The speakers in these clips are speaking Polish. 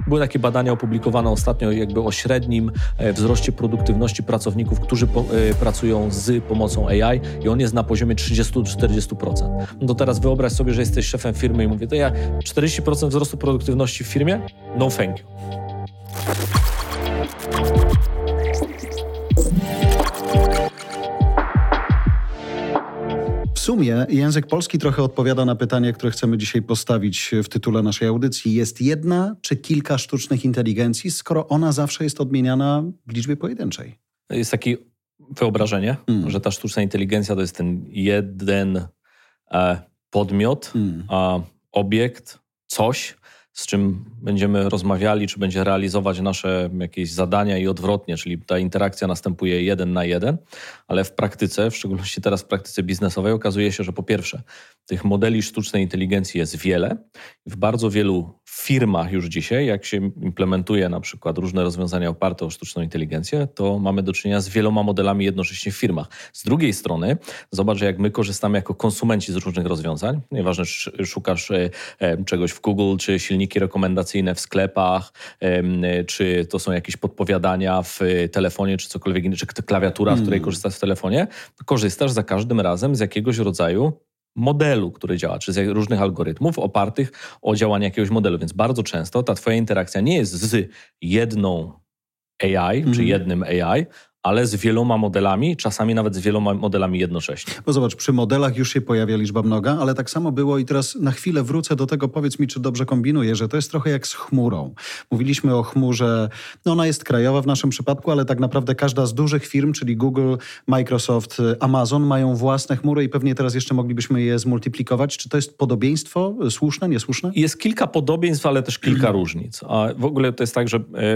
Były takie badania opublikowane ostatnio jakby o średnim wzroście produktywności pracowników, którzy pracują z pomocą AI i on jest na poziomie 30-40%. No to teraz wyobraź sobie, że jesteś szefem firmy i mówię, to ja 40% wzrostu produktywności w firmie? No thank you. W sumie język polski trochę odpowiada na pytanie, które chcemy dzisiaj postawić w tytule naszej audycji. Jest jedna czy kilka sztucznych inteligencji, skoro ona zawsze jest odmieniana w liczbie pojedynczej? Jest takie wyobrażenie, że ta sztuczna inteligencja to jest ten jeden podmiot, obiekt, coś, z czym będziemy rozmawiali, czy będzie realizować nasze jakieś zadania i odwrotnie, czyli ta interakcja następuje 1 na 1, ale w praktyce, w szczególności teraz w praktyce biznesowej, okazuje się, że po pierwsze, tych modeli sztucznej inteligencji jest wiele. W bardzo wielu firmach już dzisiaj, jak się implementuje na przykład różne rozwiązania oparte o sztuczną inteligencję, to mamy do czynienia z wieloma modelami jednocześnie w firmach. Z drugiej strony, zobacz, że jak my korzystamy jako konsumenci z różnych rozwiązań, nieważne, czy szukasz czegoś w Google, czy silniki rekomendacyjne w sklepach, czy to są jakieś podpowiadania w telefonie, czy cokolwiek innego, czy klawiatura, z której korzystasz w telefonie, to korzystasz za każdym razem z jakiegoś rodzaju modelu, który działa, czy z różnych algorytmów opartych o działanie jakiegoś modelu. Więc bardzo często ta twoja interakcja nie jest z jedną AI, czy jednym AI, ale z wieloma modelami, czasami nawet z wieloma modelami jednocześnie. Bo zobacz, przy modelach już się pojawia liczba mnoga, ale tak samo było i teraz na chwilę wrócę do tego, powiedz mi, czy dobrze kombinuję, że to jest trochę jak z chmurą. Mówiliśmy o chmurze, no ona jest krajowa w naszym przypadku, ale tak naprawdę każda z dużych firm, czyli Google, Microsoft, Amazon mają własne chmury i pewnie teraz jeszcze moglibyśmy je zmultiplikować. Czy to jest podobieństwo słuszne, niesłuszne? Jest kilka podobieństw, ale też kilka różnic. A w ogóle to jest tak, że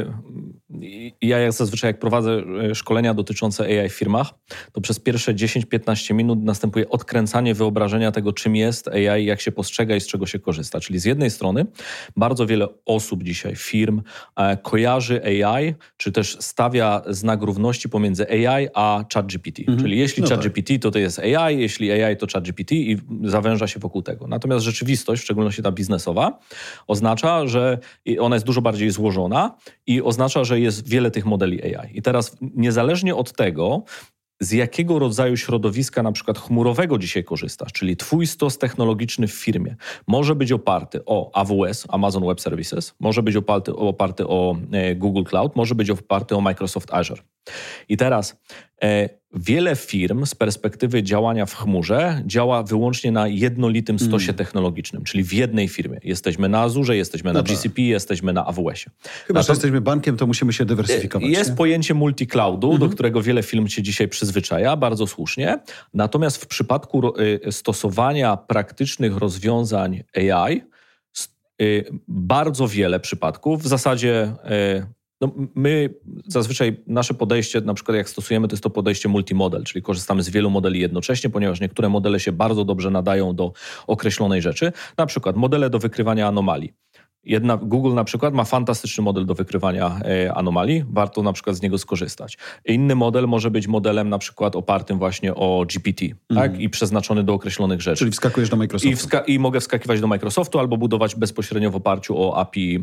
ja jak zazwyczaj jak prowadzę szkolenia dotyczące AI w firmach, to przez pierwsze 10-15 minut następuje odkręcanie wyobrażenia tego, czym jest AI, jak się postrzega i z czego się korzysta. Czyli z jednej strony bardzo wiele osób dzisiaj, firm, kojarzy AI, czy też stawia znak równości pomiędzy AI a ChatGPT. Czyli jeśli ChatGPT, to jest AI, jeśli AI, to ChatGPT i zawęża się wokół tego. Natomiast rzeczywistość, w szczególności ta biznesowa, oznacza, że ona jest dużo bardziej złożona i oznacza, że jest wiele tych modeli AI. I teraz niezależnie od tego, z jakiego rodzaju środowiska na przykład chmurowego dzisiaj korzystasz, czyli twój stos technologiczny w firmie może być oparty o AWS, Amazon Web Services, może być oparty o Google Cloud, może być oparty o Microsoft Azure. I teraz wiele firm z perspektywy działania w chmurze działa wyłącznie na jednolitym stosie technologicznym, czyli w jednej firmie. Jesteśmy na Azurze, jesteśmy na GCP, jesteśmy na AWS-ie. Chyba, że jesteśmy bankiem, to musimy się dywersyfikować. Jest pojęcie multi-cloudu, do którego wiele firm się dzisiaj przyzwyczaja, bardzo słusznie. Natomiast w przypadku stosowania praktycznych rozwiązań AI, bardzo wiele przypadków, w zasadzie my zazwyczaj nasze podejście, na przykład jak stosujemy, to jest to podejście multimodel, czyli korzystamy z wielu modeli jednocześnie, ponieważ niektóre modele się bardzo dobrze nadają do określonej rzeczy. Na przykład modele do wykrywania anomalii. Google na przykład ma fantastyczny model do wykrywania anomalii, warto na przykład z niego skorzystać. Inny model może być modelem na przykład opartym właśnie o GPT, tak? I przeznaczony do określonych rzeczy. Czyli wskakujesz do Microsoftu. I mogę wskakiwać do Microsoftu albo budować bezpośrednio w oparciu o API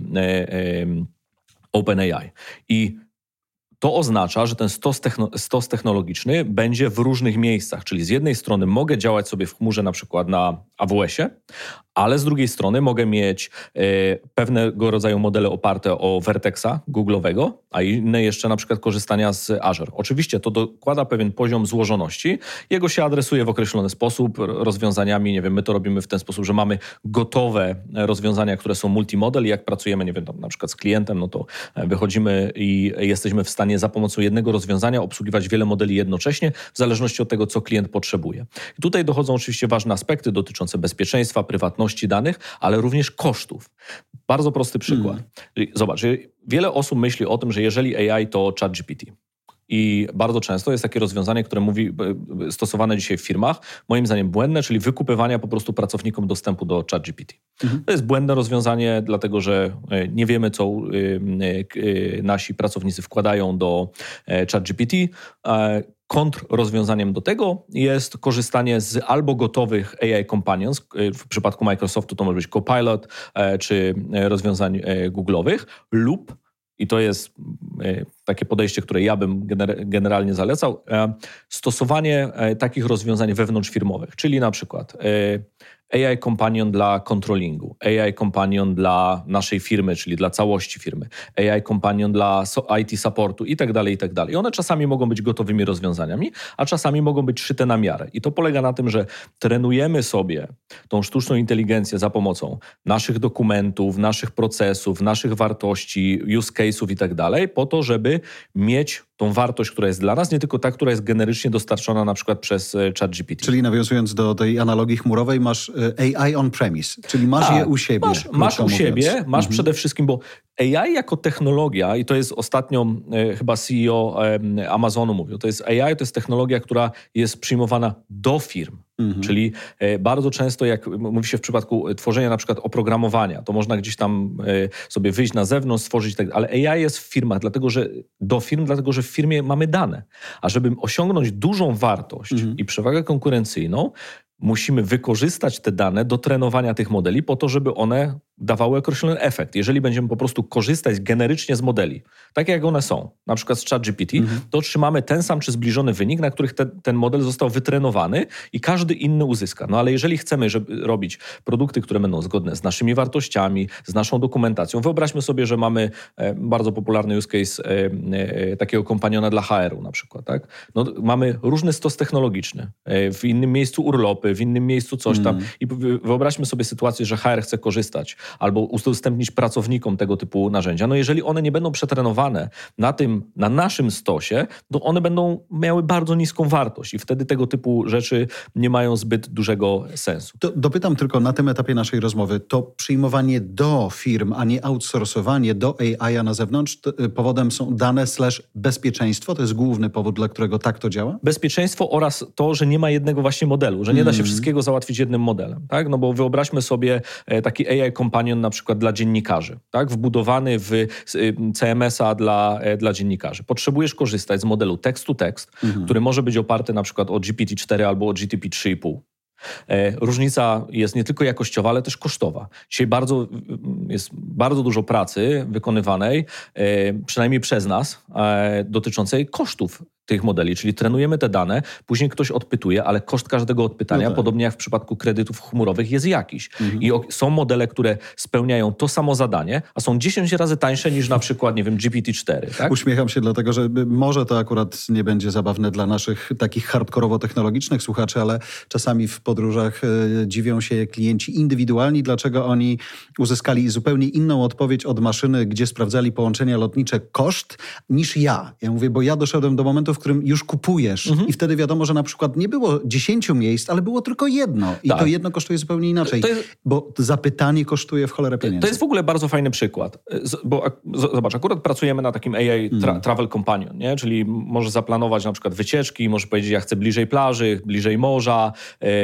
OpenAI. I to oznacza, że ten stos technologiczny będzie w różnych miejscach. Czyli z jednej strony mogę działać sobie w chmurze na przykład na AWS-ie, ale z drugiej strony mogę mieć pewnego rodzaju modele oparte o Vertexa Google'owego, a inne jeszcze na przykład korzystania z Azure. Oczywiście to dokłada pewien poziom złożoności. Jego się adresuje w określony sposób rozwiązaniami. Nie wiem, my to robimy w ten sposób, że mamy gotowe rozwiązania, które są multimodel i jak pracujemy, nie wiem, na przykład z klientem, no to wychodzimy i jesteśmy w stanie za pomocą jednego rozwiązania obsługiwać wiele modeli jednocześnie, w zależności od tego, co klient potrzebuje. I tutaj dochodzą oczywiście ważne aspekty dotyczące bezpieczeństwa, prywatności danych, ale również kosztów. Bardzo prosty przykład. Zobacz, wiele osób myśli o tym, że jeżeli AI to ChatGPT. I bardzo często jest takie rozwiązanie, które stosowane dzisiaj w firmach, moim zdaniem błędne, czyli wykupywania po prostu pracownikom dostępu do ChatGPT. To jest błędne rozwiązanie, dlatego że nie wiemy, co nasi pracownicy wkładają do ChatGPT. kontrrozwiązaniem do tego jest korzystanie z albo gotowych AI Companions, w przypadku Microsoftu to może być Copilot, czy rozwiązań Google'owych, lub, i to jest takie podejście, które ja bym generalnie zalecał, stosowanie takich rozwiązań wewnątrzfirmowych, czyli na przykład AI Companion dla controllingu, AI Companion dla naszej firmy, czyli dla całości firmy, AI Companion dla IT supportu i tak dalej, i tak dalej. One czasami mogą być gotowymi rozwiązaniami, a czasami mogą być szyte na miarę. I to polega na tym, że trenujemy sobie tą sztuczną inteligencję za pomocą naszych dokumentów, naszych procesów, naszych wartości, use case'ów i tak dalej, po to, żeby mieć tą wartość, która jest dla nas, nie tylko ta, która jest generycznie dostarczona na przykład przez ChatGPT. Czyli nawiązując do tej analogii chmurowej, masz AI on-premise, czyli masz je u siebie. Masz u siebie, masz przede wszystkim, bo AI jako technologia, i to jest ostatnio chyba CEO Amazonu mówił, to jest AI, to jest technologia, która jest przyjmowana do firm. Czyli bardzo często, jak mówi się w przypadku tworzenia na przykład oprogramowania, to można gdzieś tam sobie wyjść na zewnątrz, stworzyć tak, ale AI jest w firmach, dlatego że w firmie mamy dane. A żeby osiągnąć dużą wartość i przewagę konkurencyjną, musimy wykorzystać te dane do trenowania tych modeli po to, żeby one dawały określony efekt. Jeżeli będziemy po prostu korzystać generycznie z modeli, tak jak one są, na przykład z ChatGPT, to otrzymamy ten sam czy zbliżony wynik, na których ten model został wytrenowany i każdy inny uzyska. No ale jeżeli chcemy robić produkty, które będą zgodne z naszymi wartościami, z naszą dokumentacją, wyobraźmy sobie, że mamy bardzo popularny use case takiego kompaniona dla HR-u na przykład. Tak? No, mamy różny stos technologiczny. W innym miejscu urlopy, w innym miejscu coś tam. I wyobraźmy sobie sytuację, że HR chce korzystać albo udostępnić pracownikom tego typu narzędzia. No jeżeli one nie będą przetrenowane na naszym stosie, to one będą miały bardzo niską wartość i wtedy tego typu rzeczy nie mają zbyt dużego sensu. Dopytam tylko na tym etapie naszej rozmowy, to przyjmowanie do firm, a nie outsourcowanie do AI na zewnątrz, powodem są dane / bezpieczeństwo? To jest główny powód, dla którego tak to działa? Bezpieczeństwo oraz to, że nie ma jednego właśnie modelu, że nie da się wszystkiego załatwić jednym modelem. Tak? No bo wyobraźmy sobie taki AI Companion na przykład dla dziennikarzy, tak? Wbudowany w CMS-a dla dziennikarzy. Potrzebujesz korzystać z modelu text-to-text, który może być oparty na przykład o GPT-4 albo o GTP 3,5. Różnica jest nie tylko jakościowa, ale też kosztowa. Dzisiaj jest bardzo dużo pracy wykonywanej, przynajmniej przez nas, dotyczącej kosztów tych modeli, czyli trenujemy te dane, później ktoś odpytuje, ale koszt każdego odpytania, podobnie jak w przypadku kredytów chmurowych, jest jakiś. I są modele, które spełniają to samo zadanie, a są 10 razy tańsze niż na przykład, nie wiem, GPT-4. Tak? Uśmiecham się dlatego, że może to akurat nie będzie zabawne dla naszych takich hardkorowo-technologicznych słuchaczy, ale czasami w podróżach dziwią się klienci indywidualni, dlaczego oni uzyskali zupełnie inną odpowiedź od maszyny, gdzie sprawdzali połączenia lotnicze koszt, niż ja. Ja mówię, bo ja doszedłem do momentu, w którym już kupujesz i wtedy wiadomo, że na przykład nie było 10 miejsc, ale było tylko jedno. I to jedno kosztuje zupełnie inaczej. Bo zapytanie kosztuje w cholerę pieniędzy. To jest w ogóle bardzo fajny przykład. Bo zobacz, akurat pracujemy na takim AI Travel Companion, nie? Czyli możesz zaplanować na przykład wycieczki, możesz powiedzieć, ja chcę bliżej plaży, bliżej morza,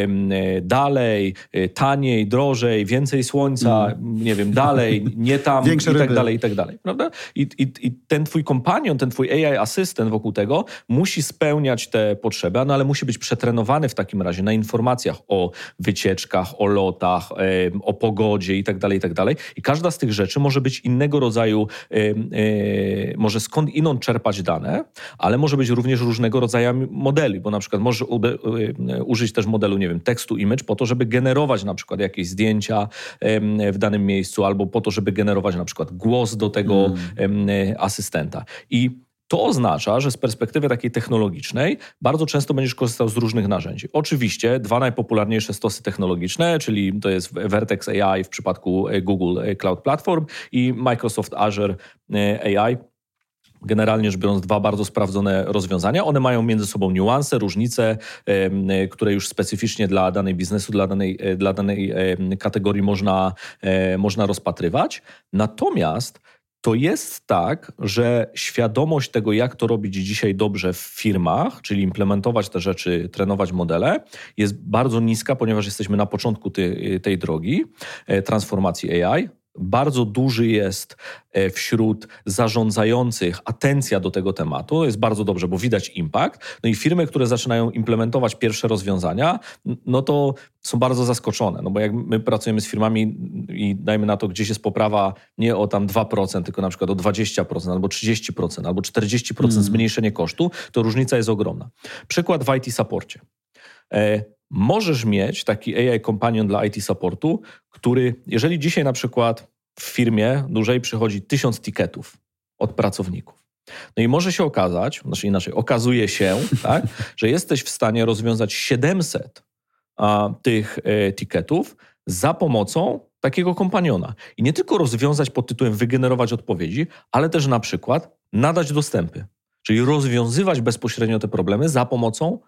dalej, taniej, drożej, więcej słońca, nie wiem, dalej, nie tam, większe ryby. I tak dalej. Prawda? I ten twój kompanion, ten twój AI asystent wokół tego musi spełniać te potrzeby, no ale musi być przetrenowany w takim razie na informacjach o wycieczkach, o lotach, o pogodzie i tak dalej, i tak dalej. I każda z tych rzeczy może być innego rodzaju, może skąd inąd czerpać dane, ale może być również różnego rodzaju modeli, bo na przykład możesz użyć też modelu, nie wiem, tekstu image po to, żeby generować na przykład jakieś zdjęcia w danym miejscu, albo po to, żeby generować na przykład głos do tego asystenta. I to oznacza, że z perspektywy takiej technologicznej bardzo często będziesz korzystał z różnych narzędzi. Oczywiście 2 najpopularniejsze stosy technologiczne, czyli to jest Vertex AI w przypadku Google Cloud Platform i Microsoft Azure AI. Generalnie rzecz biorąc 2 bardzo sprawdzone rozwiązania. One mają między sobą niuanse, różnice, które już specyficznie dla danej biznesu, dla danej kategorii można rozpatrywać. Natomiast to jest tak, że świadomość tego, jak to robić dzisiaj dobrze w firmach, czyli implementować te rzeczy, trenować modele, jest bardzo niska, ponieważ jesteśmy na początku tej drogi transformacji AI. bardzo duży jest wśród zarządzających atencja do tego tematu. Jest bardzo dobrze, bo widać impact. No i firmy, które zaczynają implementować pierwsze rozwiązania, no to są bardzo zaskoczone. No bo jak my pracujemy z firmami i dajmy na to, gdzieś jest poprawa nie o tam 2%, tylko na przykład o 20%, albo 30%, albo 40% zmniejszenie kosztu, to różnica jest ogromna. Przykład w IT supporcie. Możesz mieć taki AI Companion dla IT supportu, który, jeżeli dzisiaj na przykład w firmie dużej przychodzi 1000 ticketów od pracowników. No i może się okazać, znaczy inaczej, okazuje się, tak, że jesteś w stanie rozwiązać 700 tych ticketów za pomocą takiego kompaniona. I nie tylko rozwiązać pod tytułem wygenerować odpowiedzi, ale też na przykład nadać dostępy. Czyli rozwiązywać bezpośrednio te problemy za pomocą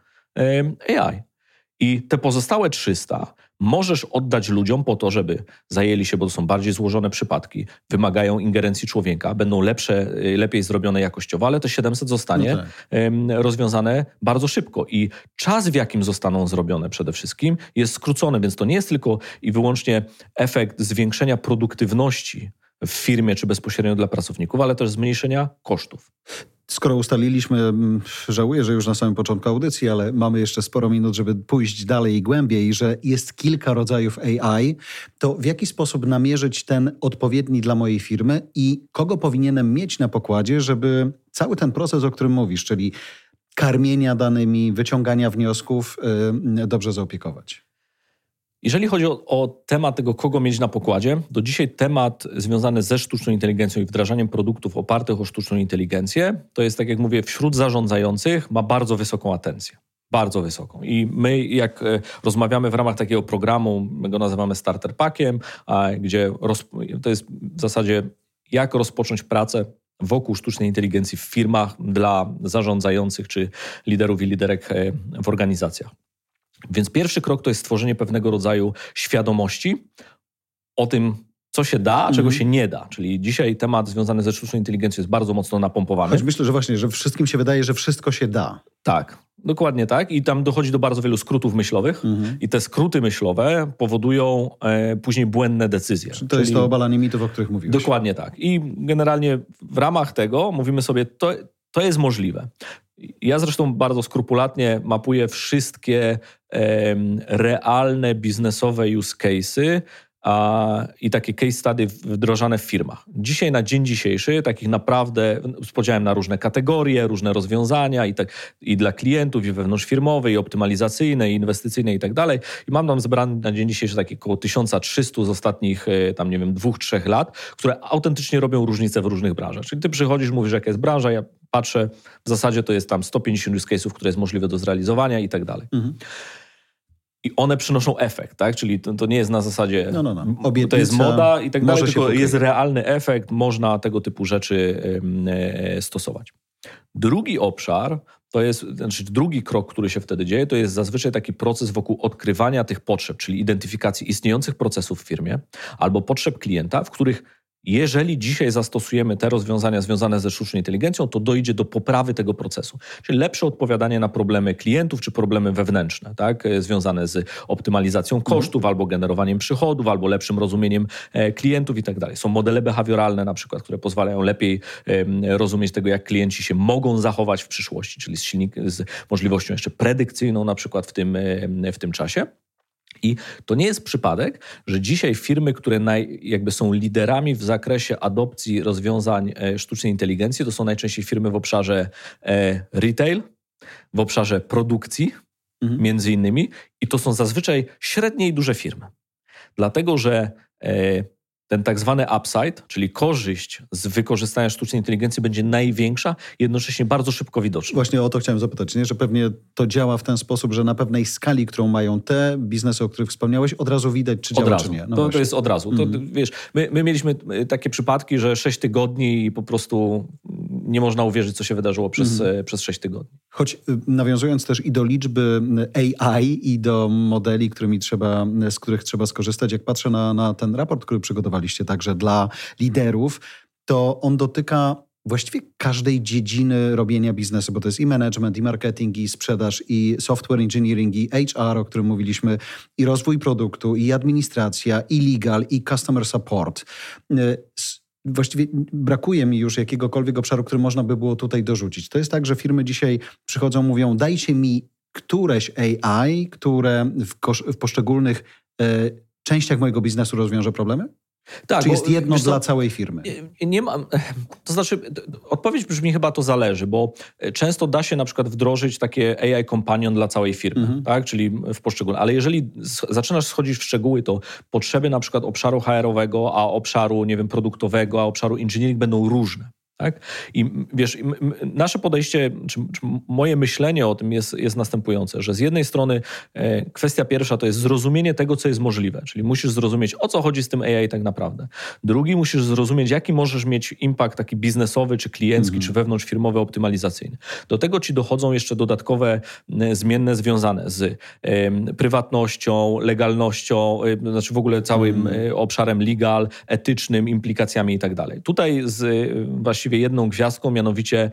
AI. I te pozostałe 300 możesz oddać ludziom po to, żeby zajęli się, bo to są bardziej złożone przypadki, wymagają ingerencji człowieka, będą lepiej zrobione jakościowo, ale te 700 zostanie rozwiązane bardzo szybko. I czas, w jakim zostaną zrobione przede wszystkim, jest skrócony, więc to nie jest tylko i wyłącznie efekt zwiększenia produktywności w firmie czy bezpośrednio dla pracowników, ale też zmniejszenia kosztów. Skoro ustaliliśmy, żałuję, że już na samym początku audycji, ale mamy jeszcze sporo minut, żeby pójść dalej i głębiej, że jest kilka rodzajów AI, to w jaki sposób namierzyć ten odpowiedni dla mojej firmy i kogo powinienem mieć na pokładzie, żeby cały ten proces, o którym mówisz, czyli karmienia danymi, wyciągania wniosków, dobrze zaopiekować? Jeżeli chodzi o temat tego, kogo mieć na pokładzie, to dzisiaj temat związany ze sztuczną inteligencją i wdrażaniem produktów opartych o sztuczną inteligencję, to jest, tak jak mówię, wśród zarządzających ma bardzo wysoką atencję. Bardzo wysoką. I my, jak rozmawiamy w ramach takiego programu, my go nazywamy Starter Packiem, gdzie to jest w zasadzie jak rozpocząć pracę wokół sztucznej inteligencji w firmach dla zarządzających czy liderów i liderek w organizacjach. Więc pierwszy krok to jest stworzenie pewnego rodzaju świadomości o tym, co się da, a czego się nie da. Czyli dzisiaj temat związany ze sztuczną inteligencją jest bardzo mocno napompowany. Choć myślę, że właśnie, że wszystkim się wydaje, że wszystko się da. Tak, dokładnie tak. I tam dochodzi do bardzo wielu skrótów myślowych. I te skróty myślowe powodują później błędne decyzje. To jest to obalanie mitów, o których mówiłeś. Dokładnie tak. I generalnie w ramach tego mówimy sobie, to jest możliwe. Ja zresztą bardzo skrupulatnie mapuję wszystkie realne biznesowe use case'y i takie case study wdrożane w firmach. Dzisiaj na dzień dzisiejszy takich naprawdę z podziałem na różne kategorie, różne rozwiązania i dla klientów, i wewnątrzfirmowe, i optymalizacyjne, i inwestycyjne i tak dalej. I mam tam zebrane na dzień dzisiejszy takie około 1300 z ostatnich tam nie wiem 2-3 lat, które autentycznie robią różnicę w różnych branżach. Czyli ty przychodzisz, mówisz jaka jest branża, ja patrzę, w zasadzie to jest tam 150 use case'ów, które jest możliwe do zrealizowania i tak dalej. I one przynoszą efekt, tak? Czyli to nie jest na zasadzie, to jest moda i tak dalej, tylko jest realny efekt, można tego typu rzeczy stosować. Drugi obszar, drugi krok, który się wtedy dzieje, to jest zazwyczaj taki proces wokół odkrywania tych potrzeb, czyli identyfikacji istniejących procesów w firmie albo potrzeb klienta, w których jeżeli dzisiaj zastosujemy te rozwiązania związane ze sztuczną inteligencją, to dojdzie do poprawy tego procesu. Czyli lepsze odpowiadanie na problemy klientów czy problemy wewnętrzne, tak? Związane z optymalizacją kosztów albo generowaniem przychodów, albo lepszym rozumieniem klientów i tak dalej. Są modele behawioralne na przykład, które pozwalają lepiej rozumieć tego, jak klienci się mogą zachować w przyszłości, czyli z możliwością jeszcze predykcyjną na przykład w tym czasie. I to nie jest przypadek, że dzisiaj firmy, które jakby są liderami w zakresie adopcji rozwiązań sztucznej inteligencji, to są najczęściej firmy w obszarze retail, w obszarze produkcji między innymi i to są zazwyczaj średnie i duże firmy. Dlatego, że ten tak zwany upside, czyli korzyść z wykorzystania sztucznej inteligencji będzie największa, jednocześnie bardzo szybko widoczna. Właśnie o to chciałem zapytać, nie? Że pewnie to działa w ten sposób, że na pewnej skali, którą mają te biznesy, o których wspomniałeś, od razu widać, czy działa, czy nie. To jest od razu. To, wiesz, my mieliśmy takie przypadki, że 6 tygodni i po prostu nie można uwierzyć, co się wydarzyło przez 6 tygodni. Choć nawiązując też i do liczby AI i do modeli, z których trzeba skorzystać, jak patrzę na ten raport, który przygotowaliście także dla liderów, to on dotyka właściwie każdej dziedziny robienia biznesu, bo to jest i management, i marketing, i sprzedaż, i software engineering, i HR, o którym mówiliśmy, i rozwój produktu, i administracja, i legal, i customer support. Właściwie brakuje mi już jakiegokolwiek obszaru, który można by było tutaj dorzucić. To jest tak, że firmy dzisiaj przychodzą, mówią, dajcie mi któreś AI, które w poszczególnych częściach mojego biznesu rozwiąże problemy? Tak, czy jest jedno dla całej firmy? Nie ma, to znaczy, odpowiedź brzmi chyba to zależy, bo często da się na przykład wdrożyć takie AI companion dla całej firmy, tak? Czyli w poszczególnych. Ale jeżeli zaczynasz schodzić w szczegóły, to potrzeby na przykład obszaru HR-owego, a obszaru, nie wiem, produktowego, a obszaru engineering będą różne. Tak? I wiesz, nasze podejście, czy moje myślenie o tym jest następujące, że z jednej strony kwestia pierwsza to jest zrozumienie tego, co jest możliwe, czyli musisz zrozumieć, o co chodzi z tym AI tak naprawdę. Drugi, musisz zrozumieć, jaki możesz mieć impact taki biznesowy, czy kliencki, czy wewnątrzfirmowy, optymalizacyjny. Do tego ci dochodzą jeszcze dodatkowe zmienne związane z prywatnością, legalnością, znaczy w ogóle całym obszarem legal, etycznym, implikacjami i tak dalej. Tutaj właściwie jedną gwiazdką, mianowicie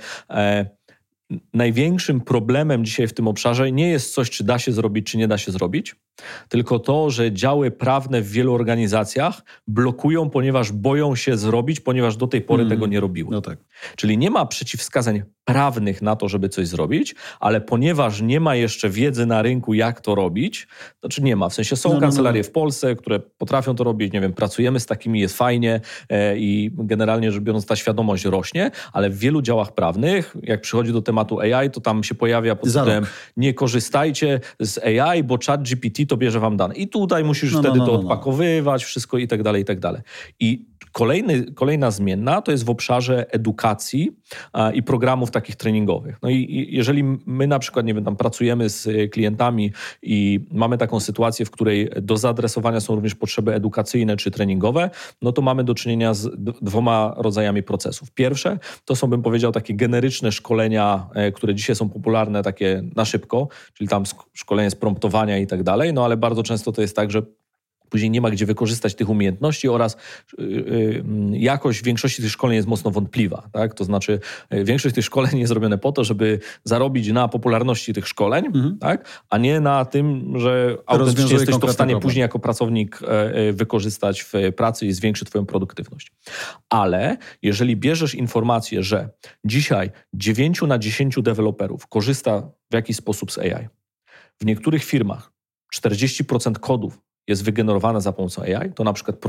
największym problemem dzisiaj w tym obszarze nie jest coś, czy da się zrobić, czy nie da się zrobić, tylko to, że działy prawne w wielu organizacjach blokują, ponieważ boją się zrobić, ponieważ do tej pory tego nie robiły. No tak. Czyli nie ma przeciwwskazań prawnych na to, żeby coś zrobić, ale ponieważ nie ma jeszcze wiedzy na rynku, jak to robić, to znaczy nie ma. W sensie są kancelarie w Polsce, które potrafią to robić, nie wiem, pracujemy z takimi, jest fajnie i generalnie rzecz biorąc ta świadomość rośnie, ale w wielu działach prawnych, jak przychodzi do tematu AI, to tam się pojawia pod tytułem nie korzystajcie z AI, bo ChatGPT to bierze wam dane. I tutaj musisz wtedy to odpakowywać, wszystko i tak dalej, i tak dalej. I kolejna zmienna to jest w obszarze edukacji i programów takich treningowych. No i jeżeli my na przykład, nie wiem, tam pracujemy z klientami i mamy taką sytuację, w której do zaadresowania są również potrzeby edukacyjne czy treningowe, no to mamy do czynienia z dwoma rodzajami procesów. Pierwsze to są, bym powiedział, takie generyczne szkolenia, które dzisiaj są popularne, takie na szybko, czyli tam szkolenie z promptowania i tak dalej, no ale bardzo często to jest tak, że później nie ma gdzie wykorzystać tych umiejętności oraz jakość większości tych szkoleń jest mocno wątpliwa. Tak? To znaczy większość tych szkoleń jest robione po to, żeby zarobić na popularności tych szkoleń, tak? A nie na tym, że autentycznie jesteś to w stanie później jako pracownik wykorzystać w pracy i zwiększy twoją produktywność. Ale jeżeli bierzesz informację, że dzisiaj 9 na 10 deweloperów korzysta w jakiś sposób z AI, w niektórych firmach 40% kodów jest wygenerowane za pomocą AI, to na przykład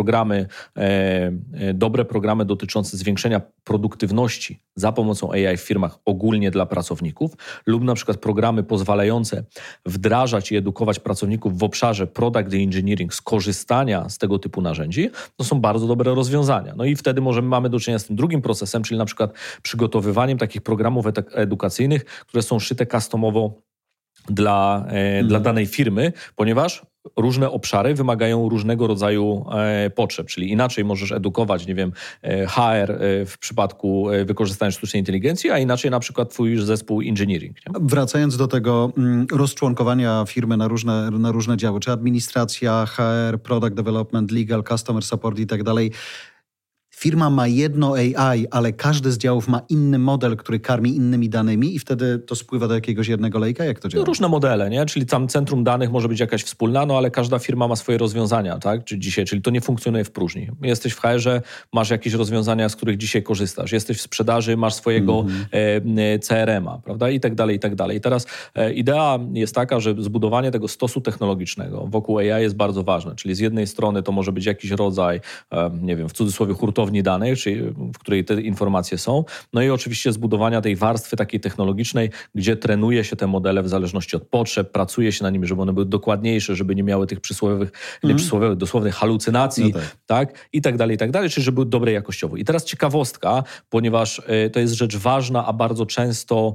dobre programy dotyczące zwiększenia produktywności za pomocą AI w firmach ogólnie dla pracowników lub na przykład programy pozwalające wdrażać i edukować pracowników w obszarze product engineering z korzystania z tego typu narzędzi, to są bardzo dobre rozwiązania. No i wtedy mamy do czynienia z tym drugim procesem, czyli na przykład przygotowywaniem takich programów edukacyjnych, które są szyte customowo dla danej firmy, ponieważ różne obszary wymagają różnego rodzaju potrzeb, czyli inaczej możesz edukować, nie wiem, HR w przypadku wykorzystania sztucznej inteligencji, a inaczej na przykład twój zespół engineering. Nie? Wracając do tego rozczłonkowania firmy na różne działy, czy administracja, HR, product development, legal, customer support i tak dalej. Firma ma jedno AI, ale każdy z działów ma inny model, który karmi innymi danymi i wtedy to spływa do jakiegoś jednego lejka? Jak to działa? Różne modele, nie? Czyli tam centrum danych może być jakaś wspólna, no ale każda firma ma swoje rozwiązania, tak? Czyli to nie funkcjonuje w próżni. Jesteś w HR-ze, masz jakieś rozwiązania, z których dzisiaj korzystasz. Jesteś w sprzedaży, masz swojego CRM-a, prawda? I tak dalej, i tak dalej. I teraz idea jest taka, że zbudowanie tego stosu technologicznego wokół AI jest bardzo ważne. Czyli z jednej strony to może być jakiś rodzaj, nie wiem, w cudzysłowie hurtowni danych, czyli w której te informacje są. No i oczywiście zbudowania tej warstwy takiej technologicznej, gdzie trenuje się te modele w zależności od potrzeb, pracuje się na nimi, żeby one były dokładniejsze, żeby nie miały tych dosłownych halucynacji, no tak? I tak dalej, czyli żeby były dobre jakościowo. I teraz ciekawostka, ponieważ to jest rzecz ważna, a bardzo często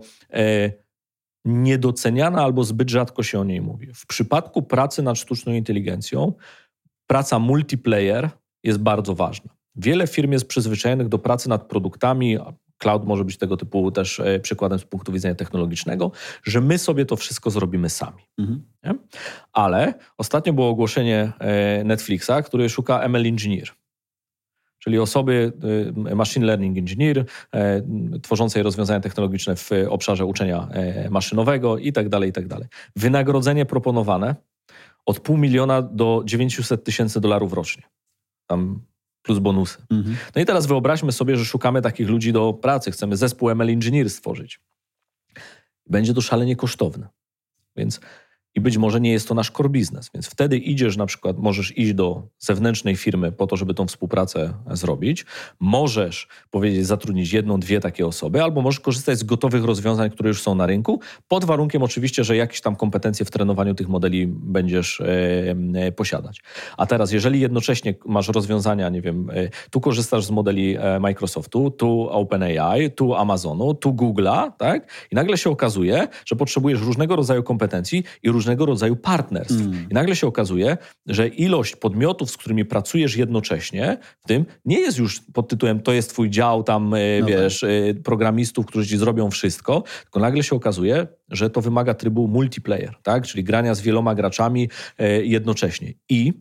niedoceniana albo zbyt rzadko się o niej mówi. W przypadku pracy nad sztuczną inteligencją praca multiplayer jest bardzo ważna. Wiele firm jest przyzwyczajonych do pracy nad produktami, cloud może być tego typu też przykładem z punktu widzenia technologicznego, że my sobie to wszystko zrobimy sami. Nie? Ale ostatnio było ogłoszenie Netflixa, który szuka ML Engineer. czyli osoby, machine learning engineer, tworzącej rozwiązania technologiczne w obszarze uczenia maszynowego i tak dalej, i tak dalej. Wynagrodzenie proponowane od $500,000 do $900,000 rocznie. Tam plus bonusy. No i teraz wyobraźmy sobie, że szukamy takich ludzi do pracy. Chcemy zespół ML Engineer stworzyć. Będzie to szalenie kosztowne. Więc i być może nie jest to nasz core business, więc wtedy idziesz na przykład, możesz iść do zewnętrznej firmy po to, żeby tą współpracę zrobić. Możesz powiedzieć, zatrudnić 1, 2 takie osoby, albo możesz korzystać z gotowych rozwiązań, które już są na rynku, pod warunkiem oczywiście, że jakieś tam kompetencje w trenowaniu tych modeli będziesz posiadać. A teraz, jeżeli jednocześnie masz rozwiązania, nie wiem, tu korzystasz z modeli Microsoftu, tu OpenAI, tu Amazonu, tu Google'a, tak? I nagle się okazuje, że potrzebujesz różnego rodzaju kompetencji i różnego rodzaju partnerstw. I nagle się okazuje, że ilość podmiotów, z którymi pracujesz jednocześnie w tym, nie jest już pod tytułem to jest twój dział tam, programistów, którzy ci zrobią wszystko, tylko nagle się okazuje, że to wymaga trybu multiplayer, tak? Czyli grania z wieloma graczami jednocześnie. I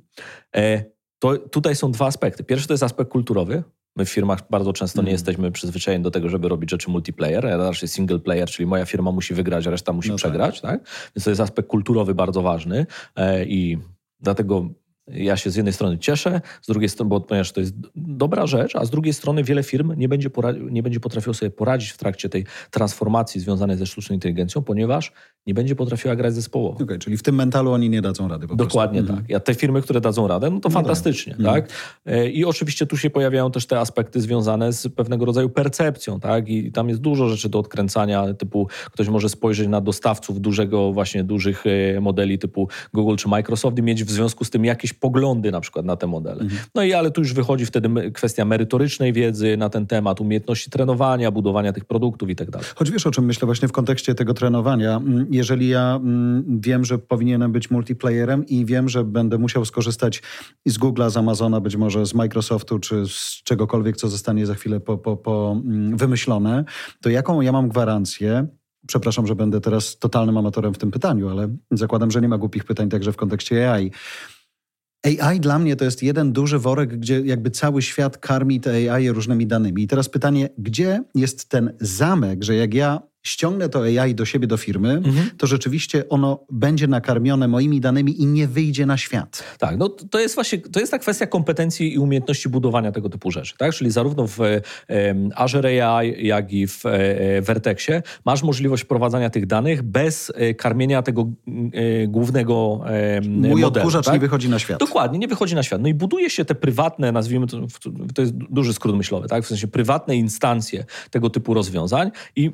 tutaj są 2 aspekty. Pierwszy to jest aspekt kulturowy. My w firmach bardzo często nie jesteśmy przyzwyczajeni do tego, żeby robić rzeczy multiplayer. Ja zawsze single player, czyli moja firma musi wygrać, a reszta musi przegrać. Tak? Więc to jest aspekt kulturowy bardzo ważny i dlatego ja się z jednej strony cieszę, z drugiej strony, ponieważ to jest dobra rzecz, a z drugiej strony wiele firm nie będzie potrafiło sobie poradzić w trakcie tej transformacji związanej ze sztuczną inteligencją, ponieważ nie będzie potrafiła grać zespołowo. Okej, czyli w tym mentalu oni nie dadzą rady po prostu. Dokładnie tak. A te firmy, które dadzą radę, no to fantastycznie. Tak? I oczywiście tu się pojawiają też te aspekty związane z pewnego rodzaju percepcją. Tak? I tam jest dużo rzeczy do odkręcania, typu ktoś może spojrzeć na dostawców dużych modeli typu Google czy Microsoft i mieć w związku z tym jakieś poglądy na przykład na te modele. No i ale tu już wychodzi wtedy kwestia merytorycznej wiedzy na ten temat, umiejętności trenowania, budowania tych produktów i tak dalej. Choć wiesz, o czym myślę właśnie w kontekście tego trenowania. Jeżeli ja wiem, że powinienem być multiplayerem i wiem, że będę musiał skorzystać z Google'a, z Amazona, być może z Microsoftu, czy z czegokolwiek, co zostanie za chwilę wymyślone, to jaką ja mam gwarancję? Przepraszam, że będę teraz totalnym amatorem w tym pytaniu, ale zakładam, że nie ma głupich pytań także w kontekście AI. AI dla mnie to jest jeden duży worek, gdzie jakby cały świat karmi te AI różnymi danymi. I teraz pytanie, gdzie jest ten zamek, że jak ja ściągnę to AI do siebie, do firmy, to rzeczywiście ono będzie nakarmione moimi danymi i nie wyjdzie na świat. Tak, no to jest właśnie, to jest ta kwestia kompetencji i umiejętności budowania tego typu rzeczy, tak? Czyli zarówno w Azure AI, jak i w Vertexie masz możliwość wprowadzania tych danych bez karmienia tego głównego modelu. Mój odkurzacz nie wychodzi na świat. Dokładnie, nie wychodzi na świat. No i buduje się te prywatne, nazwijmy to jest duży skrót myślowy, tak? W sensie prywatne instancje tego typu rozwiązań i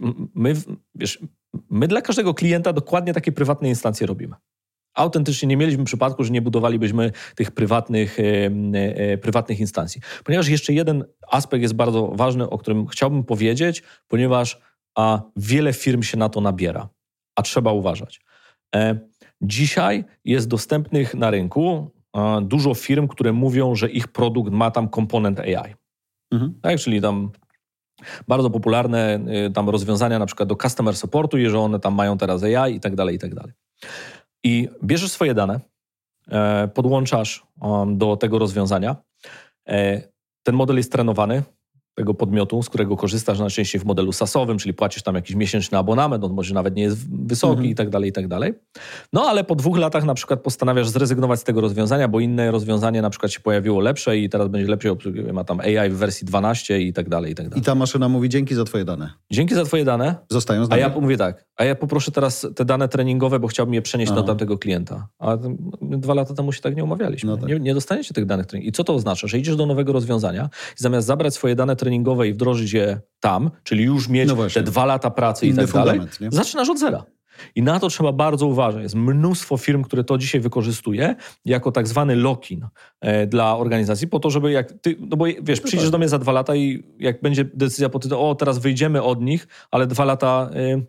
my dla każdego klienta dokładnie takie prywatne instancje robimy. Autentycznie nie mieliśmy przypadku, że nie budowalibyśmy tych prywatnych instancji. Ponieważ jeszcze jeden aspekt jest bardzo ważny, o którym chciałbym powiedzieć, ponieważ wiele firm się na to nabiera, a trzeba uważać. Dzisiaj jest dostępnych na rynku dużo firm, które mówią, że ich produkt ma tam komponent AI. Tak, czyli tam bardzo popularne tam rozwiązania na przykład do customer supportu i że one tam mają teraz AI i tak dalej, i tak dalej. I bierzesz swoje dane, podłączasz do tego rozwiązania. Ten model jest trenowany, tego podmiotu, z którego korzystasz najczęściej w modelu SaaS-owym, czyli płacisz tam jakiś miesięczny abonament, on może nawet nie jest wysoki i tak dalej, i tak dalej. No ale po 2 latach na przykład postanawiasz zrezygnować z tego rozwiązania, bo inne rozwiązanie na przykład się pojawiło lepsze i teraz będzie lepiej, ma tam AI w wersji 12 i tak dalej, i tak dalej. I ta maszyna mówi dzięki za twoje dane. Dzięki za twoje dane. Zostają z nami. A ja mówię tak, ja poproszę teraz te dane treningowe, bo chciałbym je przenieść do tamtego klienta. A 2 lata temu się tak nie umawialiśmy. No tak. Nie dostaniecie tych danych treningowych. I co to oznacza? Że idziesz do nowego rozwiązania i zamiast zabrać swoje dane treningowe i wdrożyć je tam, czyli już mieć te 2 lata pracy i tak dalej, zaczynasz od zera. I na to trzeba bardzo uważać. Jest mnóstwo firm, które to dzisiaj wykorzystuje jako tak zwany lock-in dla organizacji, po to, żeby jak ty, no bo wiesz, przyjdziesz do mnie za 2 lata i jak będzie decyzja pod tytułem, teraz wyjdziemy od nich, ale 2 lata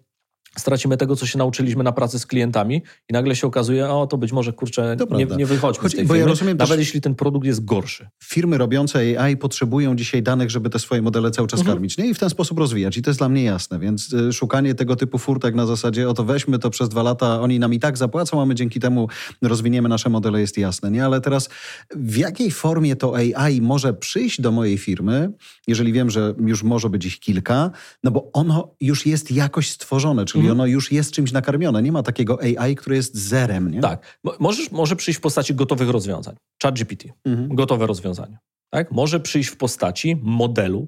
stracimy tego, co się nauczyliśmy na pracy z klientami i nagle się okazuje, to być może, kurczę, nie wychodźmy z tej firmy, nawet jeśli ten produkt jest gorszy. Firmy robiące AI potrzebują dzisiaj danych, żeby te swoje modele cały czas karmić, nie? I w ten sposób rozwijać. I to jest dla mnie jasne, więc szukanie tego typu furtek na zasadzie, weźmy to przez 2 lata, oni nam i tak zapłacą, a my dzięki temu rozwiniemy nasze modele, jest jasne, nie? Ale teraz w jakiej formie to AI może przyjść do mojej firmy, jeżeli wiem, że już może być ich kilka, no bo ono już jest jakoś stworzone, czyli ono już jest czymś nakarmione. Nie ma takiego AI, które jest zerem, nie? Tak. Może przyjść w postaci gotowych rozwiązań. ChatGPT. Gotowe rozwiązania. Tak? Może przyjść w postaci modelu,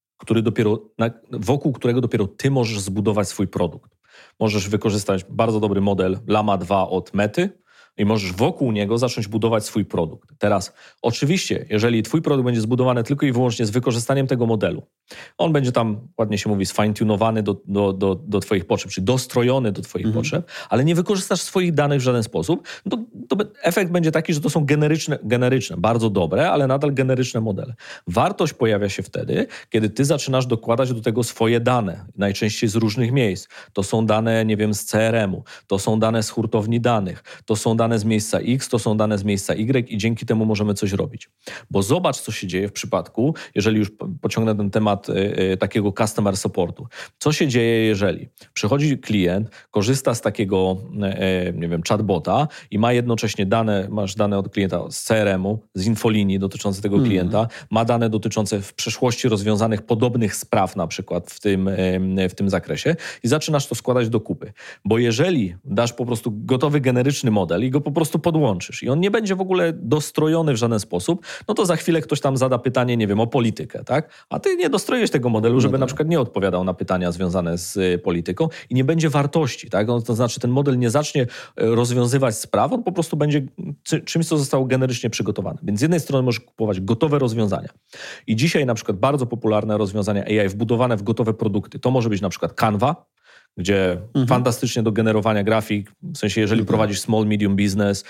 wokół którego dopiero ty możesz zbudować swój produkt. Możesz wykorzystać bardzo dobry model Llama 2 od Mety i możesz wokół niego zacząć budować swój produkt. Teraz, oczywiście, jeżeli twój produkt będzie zbudowany tylko i wyłącznie z wykorzystaniem tego modelu, on będzie tam, ładnie się mówi, sfine-tunowany do twoich potrzeb, czyli dostrojony do twoich potrzeb, ale nie wykorzystasz swoich danych w żaden sposób, to efekt będzie taki, że to są generyczne, bardzo dobre, ale nadal generyczne modele. Wartość pojawia się wtedy, kiedy ty zaczynasz dokładać do tego swoje dane, najczęściej z różnych miejsc. To są dane, nie wiem, z CRM-u, to są dane z hurtowni danych, to są dane z miejsca X, to są dane z miejsca Y i dzięki temu możemy coś robić. Bo zobacz, co się dzieje w przypadku, jeżeli już pociągnę ten temat takiego customer supportu. Co się dzieje, jeżeli przychodzi klient, korzysta z takiego, nie wiem, chatbota i ma jednocześnie masz dane od klienta z CRM-u, z infolinii dotyczące tego klienta, ma dane dotyczące w przeszłości rozwiązanych podobnych spraw na przykład w tym zakresie i zaczynasz to składać do kupy. Bo jeżeli dasz po prostu gotowy, generyczny model i go po prostu podłączysz i on nie będzie w ogóle dostrojony w żaden sposób, no to za chwilę ktoś tam zada pytanie, nie wiem, o politykę, tak? A ty nie dostroisz tego modelu, żeby na przykład nie odpowiadał na pytania związane z polityką i nie będzie wartości, tak? To znaczy ten model nie zacznie rozwiązywać spraw, on po prostu będzie czymś, co zostało generycznie przygotowane. Więc z jednej strony możesz kupować gotowe rozwiązania. I dzisiaj na przykład bardzo popularne rozwiązania AI wbudowane w gotowe produkty, to może być na przykład Canva, gdzie fantastycznie do generowania grafik, w sensie jeżeli prowadzisz small, medium business,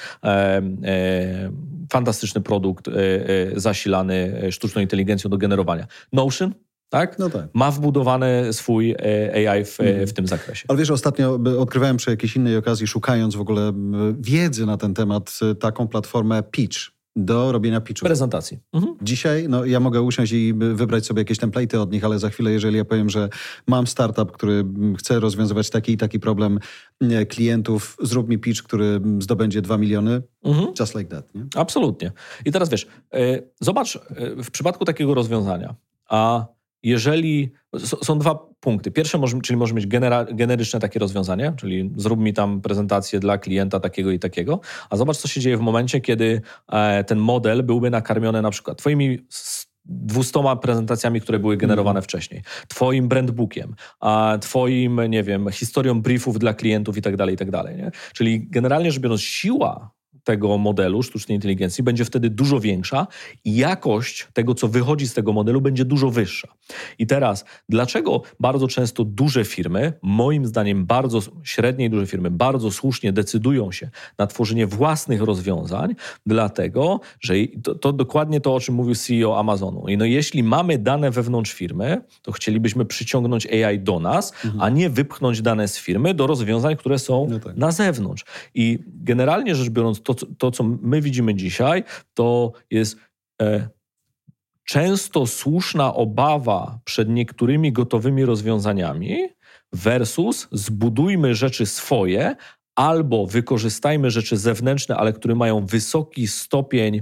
fantastyczny produkt zasilany sztuczną inteligencją do generowania. Notion, tak? No tak. Ma wbudowany swój AI w tym zakresie. Ale wiesz, ostatnio odkrywałem przy jakiejś innej okazji, szukając w ogóle wiedzy na ten temat, taką platformę Pitch do robienia pitchów. Prezentacji. Dzisiaj ja mogę usiąść i wybrać sobie jakieś template'y od nich, ale za chwilę, jeżeli ja powiem, że mam startup, który chce rozwiązywać taki i taki problem klientów, zrób mi pitch, który zdobędzie 2 miliony, just like that. Nie? Absolutnie. I teraz wiesz, zobacz, w przypadku takiego rozwiązania, jeżeli są 2 punkty. Pierwsze, czyli może mieć generyczne takie rozwiązanie, czyli zrób mi tam prezentację dla klienta takiego i takiego, a zobacz, co się dzieje w momencie, kiedy ten model byłby nakarmiony na przykład twoimi 200 prezentacjami, które były generowane wcześniej, twoim brandbookiem, twoim, nie wiem, historią briefów dla klientów i tak dalej, nie? Czyli generalnie rzecz biorąc, siła tego modelu sztucznej inteligencji będzie wtedy dużo większa i jakość tego, co wychodzi z tego modelu, będzie dużo wyższa. I teraz, dlaczego bardzo często duże firmy, moim zdaniem bardzo średnie i duże firmy, bardzo słusznie decydują się na tworzenie własnych rozwiązań? Dlatego, że to dokładnie to, o czym mówił CEO Amazonu. I jeśli mamy dane wewnątrz firmy, to chcielibyśmy przyciągnąć AI do nas, a nie wypchnąć dane z firmy do rozwiązań, które są na zewnątrz. I generalnie rzecz biorąc, to, co my widzimy dzisiaj, to jest często słuszna obawa przed niektórymi gotowymi rozwiązaniami versus zbudujmy rzeczy swoje albo wykorzystajmy rzeczy zewnętrzne, ale które mają wysoki stopień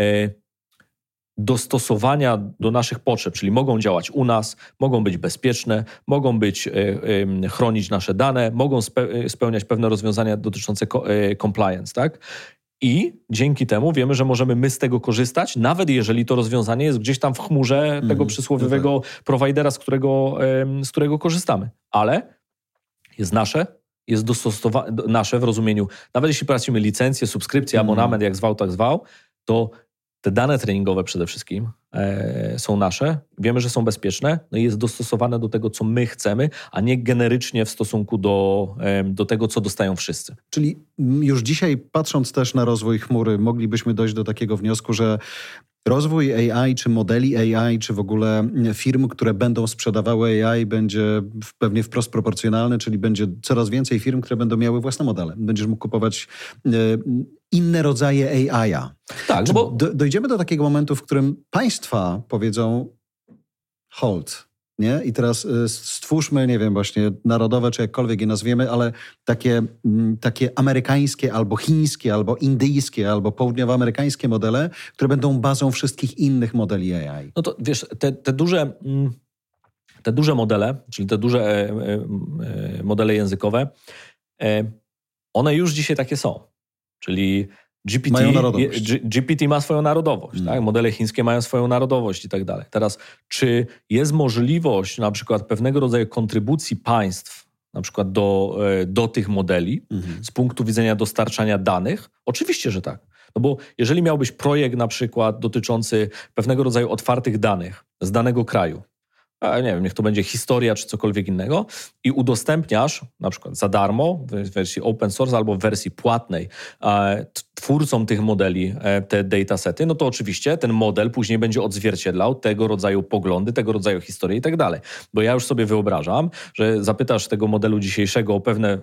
dostosowania do naszych potrzeb, czyli mogą działać u nas, mogą być bezpieczne, mogą chronić nasze dane, mogą spełniać pewne rozwiązania dotyczące compliance, tak? I dzięki temu wiemy, że możemy my z tego korzystać, nawet jeżeli to rozwiązanie jest gdzieś tam w chmurze tego przysłowiowego prowajdera, z którego korzystamy. Ale jest nasze, jest dostosowane, nasze w rozumieniu, nawet jeśli płacimy licencję, subskrypcję, abonament, jak zwał, tak zwał, to te dane treningowe przede wszystkim są nasze, wiemy, że są bezpieczne, no i jest dostosowane do tego, co my chcemy, a nie generycznie w stosunku do tego, co dostają wszyscy. Czyli już dzisiaj, patrząc też na rozwój chmury, moglibyśmy dojść do takiego wniosku, że Rozwój AI, czy modeli AI, czy w ogóle firm, które będą sprzedawały AI, będzie pewnie wprost proporcjonalny, czyli będzie coraz więcej firm, które będą miały własne modele. Będziesz mógł kupować inne rodzaje AI-a. Tak, bo dojdziemy do takiego momentu, w którym państwa powiedzą hold, nie? I teraz stwórzmy, nie wiem, właśnie narodowe, czy jakkolwiek je nazwiemy, ale takie amerykańskie, albo chińskie, albo indyjskie, albo południowoamerykańskie modele, które będą bazą wszystkich innych modeli AI. No to wiesz, te duże modele, czyli te duże modele językowe, one już dzisiaj takie są. Czyli GPT ma swoją narodowość, tak? Modele chińskie mają swoją narodowość i tak dalej. Teraz, czy jest możliwość na przykład pewnego rodzaju kontrybucji państw na przykład do tych modeli z punktu widzenia dostarczania danych? Oczywiście, że tak. No bo jeżeli miałbyś projekt na przykład dotyczący pewnego rodzaju otwartych danych z danego kraju, nie wiem, niech to będzie historia czy cokolwiek innego i udostępniasz na przykład za darmo w wersji open source albo w wersji płatnej twórcom tych modeli te datasety, no to oczywiście ten model później będzie odzwierciedlał tego rodzaju poglądy, tego rodzaju historie i tak dalej. Bo ja już sobie wyobrażam, że zapytasz tego modelu dzisiejszego o pewne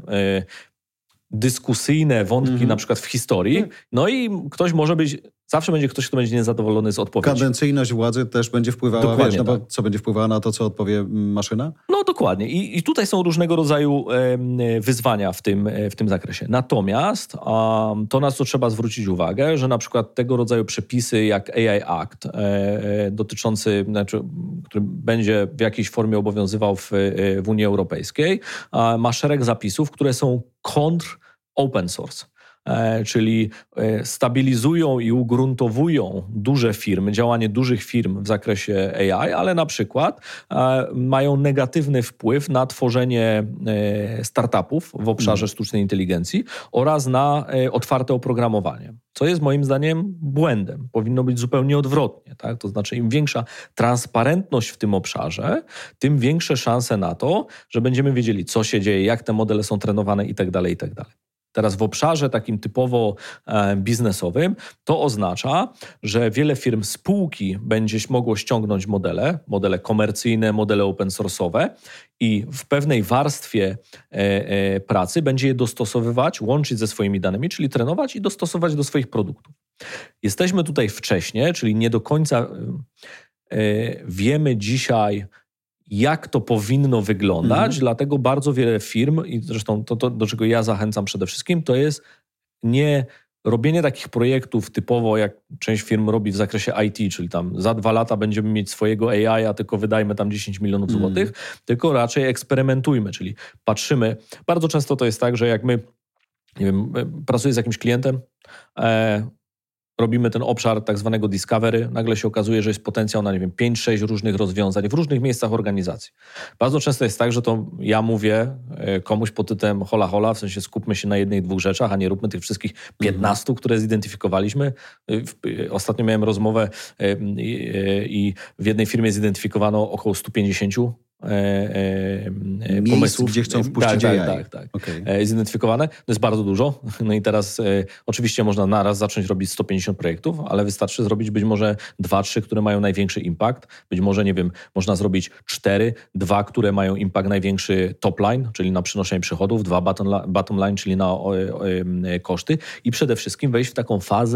dyskusyjne wątki na przykład w historii, no i zawsze będzie ktoś, kto będzie niezadowolony z odpowiedzi. Kadencyjność władzy też będzie wpływała, dokładnie, wiesz, no bo co będzie wpływała na to, co odpowie maszyna? No dokładnie. I tutaj są różnego rodzaju wyzwania w tym zakresie. Natomiast to, na co trzeba zwrócić uwagę, że na przykład tego rodzaju przepisy jak AI Act dotyczący, który będzie w jakiejś formie obowiązywał w Unii Europejskiej, ma szereg zapisów, które są kontr open source. Czyli stabilizują i ugruntowują duże firmy, działanie dużych firm w zakresie AI, ale na przykład mają negatywny wpływ na tworzenie startupów w obszarze sztucznej inteligencji oraz na otwarte oprogramowanie, co jest moim zdaniem błędem. Powinno być zupełnie odwrotnie. Tak? To znaczy im większa transparentność w tym obszarze, tym większe szanse na to, że będziemy wiedzieli, co się dzieje, jak te modele są trenowane itd., itd. Teraz w obszarze takim typowo biznesowym to oznacza, że wiele firm spółki będzie mogło ściągnąć modele komercyjne, modele open source'owe i w pewnej warstwie pracy będzie je dostosowywać, łączyć ze swoimi danymi, czyli trenować i dostosować do swoich produktów. Jesteśmy tutaj wcześnie, czyli nie do końca wiemy dzisiaj, jak to powinno wyglądać, dlatego bardzo wiele firm, i zresztą to, do czego ja zachęcam przede wszystkim, to jest nie robienie takich projektów typowo, jak część firm robi w zakresie IT, czyli tam za 2 lata będziemy mieć swojego AI, a tylko wydajmy tam 10 milionów złotych, tylko raczej eksperymentujmy, czyli patrzymy. Bardzo często to jest tak, że jak my, nie wiem, pracuję z jakimś klientem, robimy ten obszar tak zwanego discovery, nagle się okazuje, że jest potencjał na, nie wiem, 5-6 różnych rozwiązań w różnych miejscach organizacji. Bardzo często jest tak, że to ja mówię komuś pod tytułem hola, w sensie skupmy się na 1-2 rzeczach, a nie róbmy tych wszystkich 15, które zidentyfikowaliśmy. Ostatnio miałem rozmowę i w jednej firmie zidentyfikowano około 150 pomysłów, gdzie chcą wpuścić AI. Tak. Okay. Zidentyfikowane. To jest bardzo dużo. No i teraz oczywiście można naraz zacząć robić 150 projektów, ale wystarczy zrobić być może 2-3, które mają największy impact. Być może, nie wiem, można zrobić 4, 2, które mają impact największy top line, czyli na przynoszenie przychodów, 2 bottom line, czyli na koszty i przede wszystkim wejść w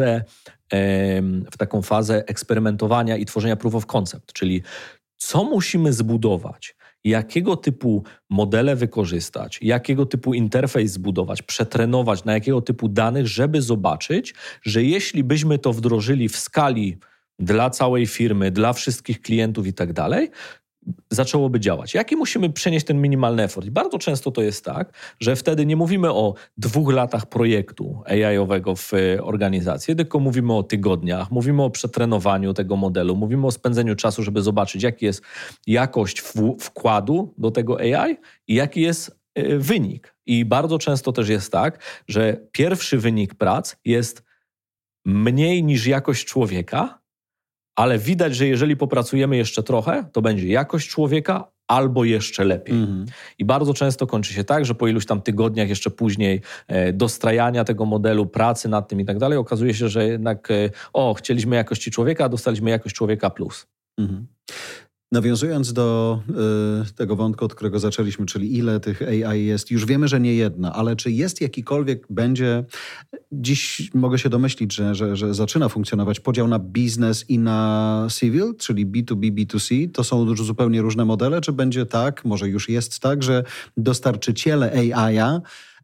taką fazę eksperymentowania i tworzenia proof of concept, czyli co musimy zbudować, jakiego typu modele wykorzystać, jakiego typu interfejs zbudować, przetrenować, na jakiego typu danych, żeby zobaczyć, że jeśli byśmy to wdrożyli w skali dla całej firmy, dla wszystkich klientów i tak dalej, zaczęłoby działać. Jaki musimy przenieść ten minimalny effort? I bardzo często to jest tak, że wtedy nie mówimy o 2 latach projektu AI-owego w organizacji, tylko mówimy o tygodniach, mówimy o przetrenowaniu tego modelu, mówimy o spędzeniu czasu, żeby zobaczyć, jaka jest jakość wkładu do tego AI i jaki jest wynik. I bardzo często też jest tak, że pierwszy wynik prac jest mniej niż jakość człowieka, ale widać, że jeżeli popracujemy jeszcze trochę, to będzie jakość człowieka albo jeszcze lepiej. I bardzo często kończy się tak, że po iluś tam tygodniach jeszcze później dostrajania tego modelu, pracy nad tym i tak dalej, okazuje się, że jednak chcieliśmy jakości człowieka, a dostaliśmy jakość człowieka plus. Nawiązując do tego wątku, od którego zaczęliśmy, czyli ile tych AI jest, już wiemy, że nie jedna, ale czy jest jakikolwiek, dziś mogę się domyślić, że zaczyna funkcjonować podział na biznes i na civil, czyli B2B, B2C, to są już zupełnie różne modele, czy będzie tak, może już jest tak, że dostarczyciele AI-a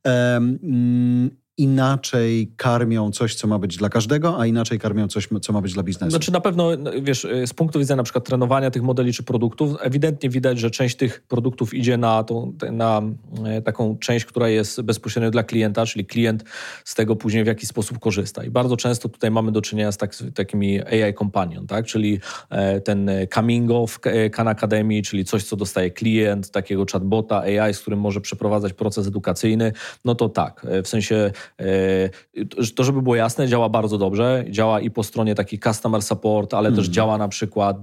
inaczej karmią coś, co ma być dla każdego, a inaczej karmią coś, co ma być dla biznesu. Znaczy na pewno, wiesz, z punktu widzenia na przykład trenowania tych modeli czy produktów, ewidentnie widać, że część tych produktów idzie na taką część, która jest bezpośrednio dla klienta, czyli klient z tego później w jakiś sposób korzysta. I bardzo często tutaj mamy do czynienia z takimi AI Companion, tak? Czyli ten Camingo w Khan Academy, czyli coś, co dostaje klient, takiego chatbota AI, z którym może przeprowadzać proces edukacyjny, no to tak, w sensie to, żeby było jasne, działa bardzo dobrze. Działa i po stronie taki customer support, ale też działa na przykład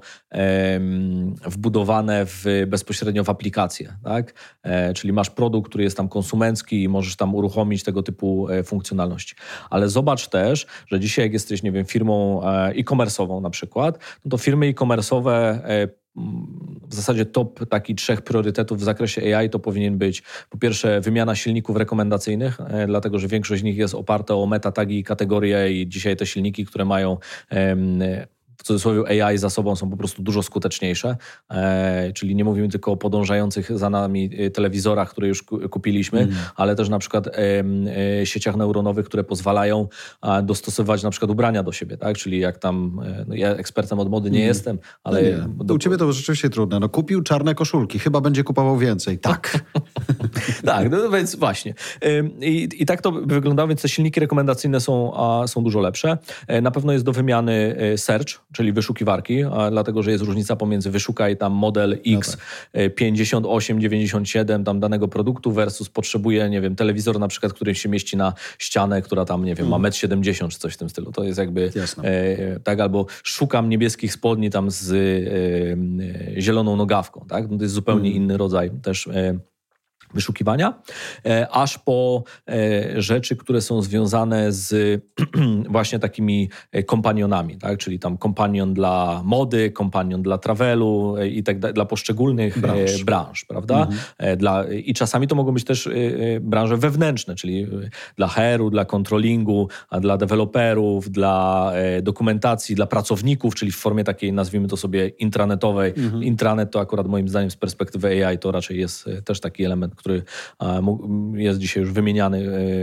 wbudowane bezpośrednio w aplikację. Tak? Czyli masz produkt, który jest tam konsumencki i możesz tam uruchomić tego typu funkcjonalności. Ale zobacz też, że dzisiaj jak jesteś, nie wiem, firmą e-commerce'ową na przykład, no to firmy e-commerce'owe w zasadzie top takich 3 priorytetów w zakresie AI to powinien być po pierwsze wymiana silników rekomendacyjnych, dlatego że większość z nich jest oparta o meta-tagi i kategorie i dzisiaj te silniki, które mają w cudzysłowie AI za sobą są po prostu dużo skuteczniejsze, czyli nie mówimy tylko o podążających za nami telewizorach, które już kupiliśmy, ale też na przykład sieciach neuronowych, które pozwalają dostosowywać na przykład ubrania do siebie, tak? Czyli jak tam, ja ekspertem od mody nie jestem, ale... Nie. U ciebie to rzeczywiście trudne. No, kupił czarne koszulki, chyba będzie kupował więcej. Tak. Tak, no więc właśnie. I tak to wyglądało, więc te silniki rekomendacyjne są dużo lepsze. Na pewno jest do wymiany search, czyli wyszukiwarki, dlatego że jest różnica pomiędzy wyszukaj tam model X58-97 tam danego produktu versus potrzebuje, nie wiem, telewizor na przykład, który się mieści na ścianę, która tam, nie wiem, ma 1,70 m czy coś w tym stylu. To jest jakby tak, albo szukam niebieskich spodni tam z zieloną nogawką, tak? No to jest zupełnie inny rodzaj też wyszukiwania, aż po rzeczy, które są związane z właśnie takimi kompanionami, tak? Czyli tam kompanion dla mody, kompanion dla travelu i tak dalej, dla poszczególnych branż, prawda? I czasami to mogą być też branże wewnętrzne, czyli dla HR-u, dla controllingu, a dla deweloperów, dla dokumentacji, dla pracowników, czyli w formie takiej, nazwijmy to sobie, intranetowej. Intranet to akurat moim zdaniem z perspektywy AI to raczej jest też taki element, który jest dzisiaj już wymieniany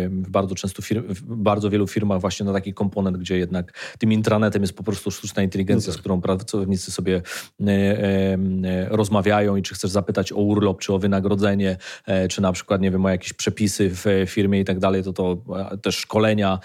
w bardzo wielu firmach właśnie na taki komponent, gdzie jednak tym intranetem jest po prostu sztuczna inteligencja, z którą pracownicy sobie rozmawiają i czy chcesz zapytać o urlop, czy o wynagrodzenie, czy na przykład, nie wiem, o jakieś przepisy w firmie i tak dalej, to też szkolenia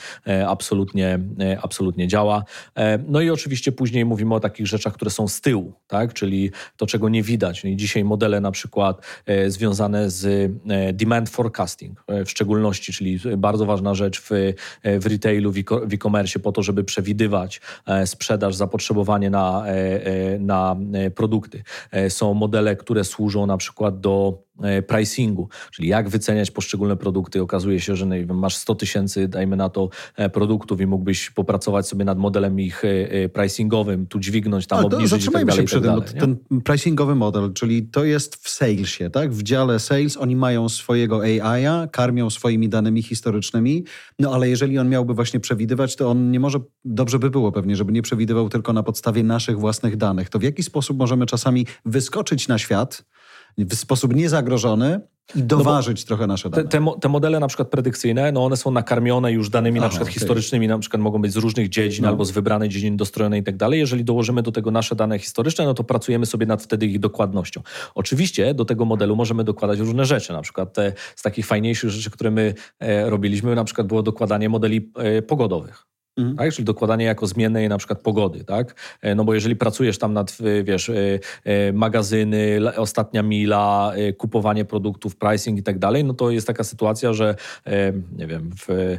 absolutnie działa. No i oczywiście później mówimy o takich rzeczach, które są z tyłu, tak? Czyli to, czego nie widać. I dzisiaj modele na przykład związane z demand forecasting w szczególności, czyli bardzo ważna rzecz w retailu, w e-commerce po to, żeby przewidywać sprzedaż, zapotrzebowanie na produkty. Są modele, które służą na przykład do pricingu, czyli jak wyceniać poszczególne produkty. Okazuje się, że nie wiem, masz 100 000, dajmy na to, produktów i mógłbyś popracować sobie nad modelem ich pricingowym, tu dźwignąć, tam obniżyć i tak dalej. Przy tym, ten pricingowy model, czyli to jest w salesie, tak? W dziale sales oni mają swojego AI-a, karmią swoimi danymi historycznymi, no ale jeżeli on miałby właśnie przewidywać, to on nie może, dobrze by było pewnie, żeby nie przewidywał tylko na podstawie naszych własnych danych. To w jaki sposób możemy czasami wyskoczyć na świat w sposób niezagrożony i doważyć trochę nasze dane. Te modele na przykład predykcyjne, no one są nakarmione już danymi na przykład historycznymi, na przykład mogą być z różnych dziedzin albo z wybranej dziedziny dostrojonej i tak dalej. Jeżeli dołożymy do tego nasze dane historyczne, no to pracujemy sobie nad wtedy ich dokładnością. Oczywiście do tego modelu możemy dokładać różne rzeczy. Na przykład z takich fajniejszych rzeczy, które my robiliśmy, na przykład było dokładanie modeli pogodowych. Tak? Czyli dokładanie jako zmiennej na przykład pogody, tak? No bo jeżeli pracujesz tam nad, wiesz, magazyny, ostatnia mila, kupowanie produktów, pricing i tak dalej, no to jest taka sytuacja, że nie wiem,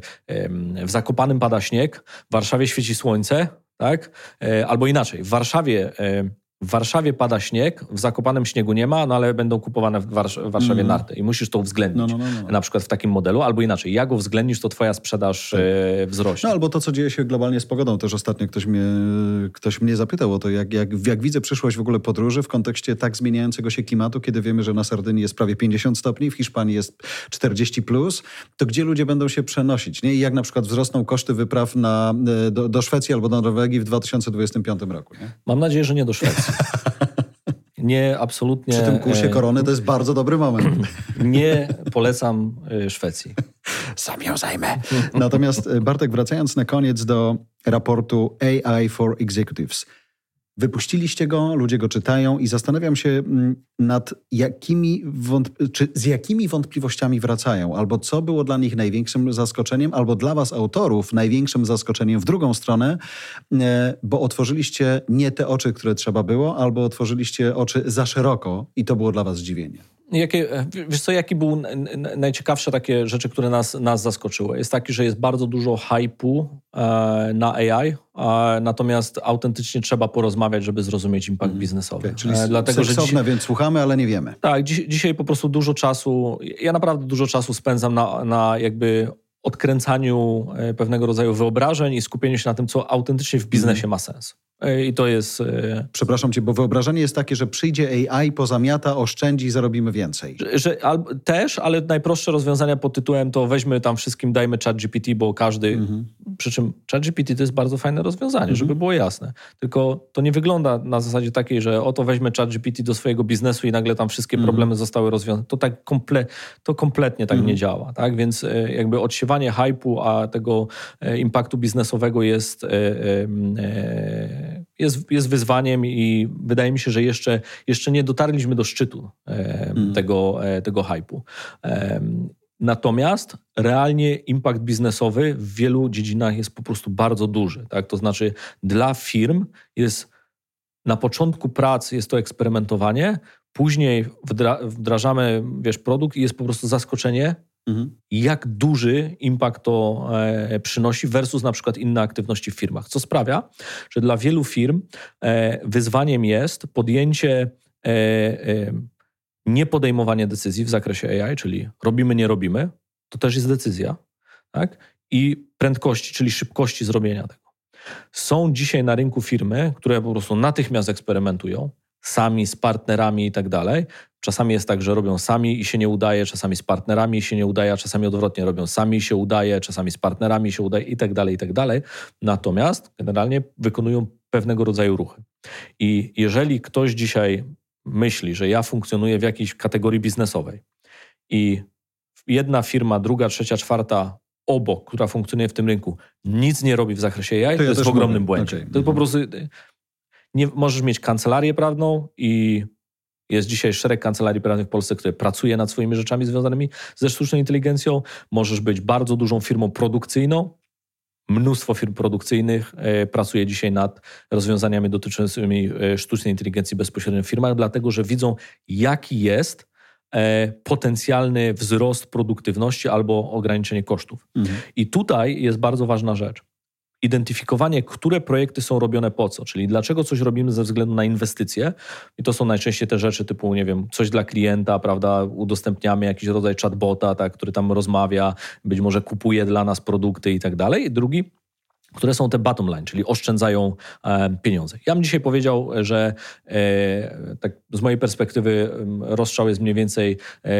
w Zakopanem pada śnieg, w Warszawie świeci słońce, tak? Albo inaczej, w Warszawie w Warszawie pada śnieg, w Zakopanem śniegu nie ma, no ale będą kupowane w Warszawie narty i musisz to uwzględnić. Na przykład w takim modelu, albo inaczej. Jak go uwzględnisz, to twoja sprzedaż wzrośnie. No albo to, co dzieje się globalnie z pogodą. Też ostatnio ktoś mnie zapytał o to, jak widzę przyszłość w ogóle podróży w kontekście tak zmieniającego się klimatu, kiedy wiemy, że na Sardynii jest prawie 50 stopni, w Hiszpanii jest 40+, to gdzie ludzie będą się przenosić? Nie? I jak na przykład wzrosną koszty wypraw do Szwecji albo do Norwegii w 2025 roku. Nie? Mam nadzieję, że nie do Szwecji. Nie, absolutnie. Przy tym kursie korony to jest bardzo dobry moment. Nie polecam Szwecji. Sam ją zajmę. Natomiast Bartek, wracając na koniec do raportu AI for Executives. Wypuściliście go, ludzie go czytają i zastanawiam się nad z jakimi wątpliwościami wracają, albo co było dla nich największym zaskoczeniem, albo dla was, autorów, największym zaskoczeniem w drugą stronę, bo otworzyliście nie te oczy, które trzeba było, albo otworzyliście oczy za szeroko i to było dla was zdziwienie. Wiesz co, jaki był najciekawsze takie rzeczy, które nas zaskoczyły? Jest taki, że jest bardzo dużo hype'u na AI, natomiast autentycznie trzeba porozmawiać, żeby zrozumieć impact biznesowy. Okay, czyli dlatego, seksowne, więc słuchamy, ale nie wiemy. Tak, dzisiaj po prostu dużo czasu, ja naprawdę dużo czasu spędzam na jakby odkręcaniu pewnego rodzaju wyobrażeń i skupieniu się na tym, co autentycznie w biznesie ma sens. I to jest... Przepraszam cię, bo wyobrażenie jest takie, że przyjdzie AI, pozamiata, oszczędzi i zarobimy więcej. Też, ale najprostsze rozwiązania pod tytułem to weźmy tam wszystkim, dajmy ChatGPT, bo każdy... Przy czym ChatGPT to jest bardzo fajne rozwiązanie, żeby było jasne. Tylko to nie wygląda na zasadzie takiej, że oto weźmy ChatGPT do swojego biznesu i nagle tam wszystkie problemy zostały rozwiązane. To kompletnie tak nie działa. Tak? Więc jakby odsiewanie hype'u, a tego impaktu biznesowego jest wyzwaniem i wydaje mi się, że jeszcze nie dotarliśmy do szczytu tego hype'u. Natomiast realnie impact biznesowy w wielu dziedzinach jest po prostu bardzo duży. Tak? To znaczy dla firm jest na początku pracy jest to eksperymentowanie, później wdrażamy produkt i jest po prostu zaskoczenie, jak duży impact to przynosi versus na przykład inne aktywności w firmach. Co sprawia, że dla wielu firm wyzwaniem jest podjęcie, niepodejmowanie decyzji w zakresie AI, czyli robimy, nie robimy. To też jest decyzja. Tak? I prędkości, czyli szybkości zrobienia tego. Są dzisiaj na rynku firmy, które po prostu natychmiast eksperymentują, sami, z partnerami i tak dalej. Czasami jest tak, że robią sami i się nie udaje, czasami z partnerami i się nie udaje, a czasami odwrotnie, robią sami i się udaje, czasami z partnerami i się udaje i tak dalej, i tak dalej. Natomiast generalnie wykonują pewnego rodzaju ruchy. I jeżeli ktoś dzisiaj myśli, że ja funkcjonuję w jakiejś kategorii biznesowej i jedna firma, druga, trzecia, czwarta obok, która funkcjonuje w tym rynku, nic nie robi w zakresie AI, to jest w ogromnym błędzie. Okay. To po prostu nie możesz mieć kancelarię prawną i jest dzisiaj szereg kancelarii prawnych w Polsce, które pracuje nad swoimi rzeczami związanymi ze sztuczną inteligencją. Możesz być bardzo dużą firmą produkcyjną. Mnóstwo firm produkcyjnych pracuje dzisiaj nad rozwiązaniami dotyczącymi sztucznej inteligencji bezpośrednio w firmach, dlatego że widzą, jaki jest potencjalny wzrost produktywności albo ograniczenie kosztów. I tutaj jest bardzo ważna rzecz. Identyfikowanie, które projekty są robione po co, czyli dlaczego coś robimy ze względu na inwestycje. I to są najczęściej te rzeczy typu, nie wiem, coś dla klienta, prawda, udostępniamy jakiś rodzaj chatbota, tak, który tam rozmawia, być może kupuje dla nas produkty i tak dalej. I drugi, które są te bottom line, czyli oszczędzają pieniądze. Ja bym dzisiaj powiedział, że tak z mojej perspektywy rozstrzał jest mniej więcej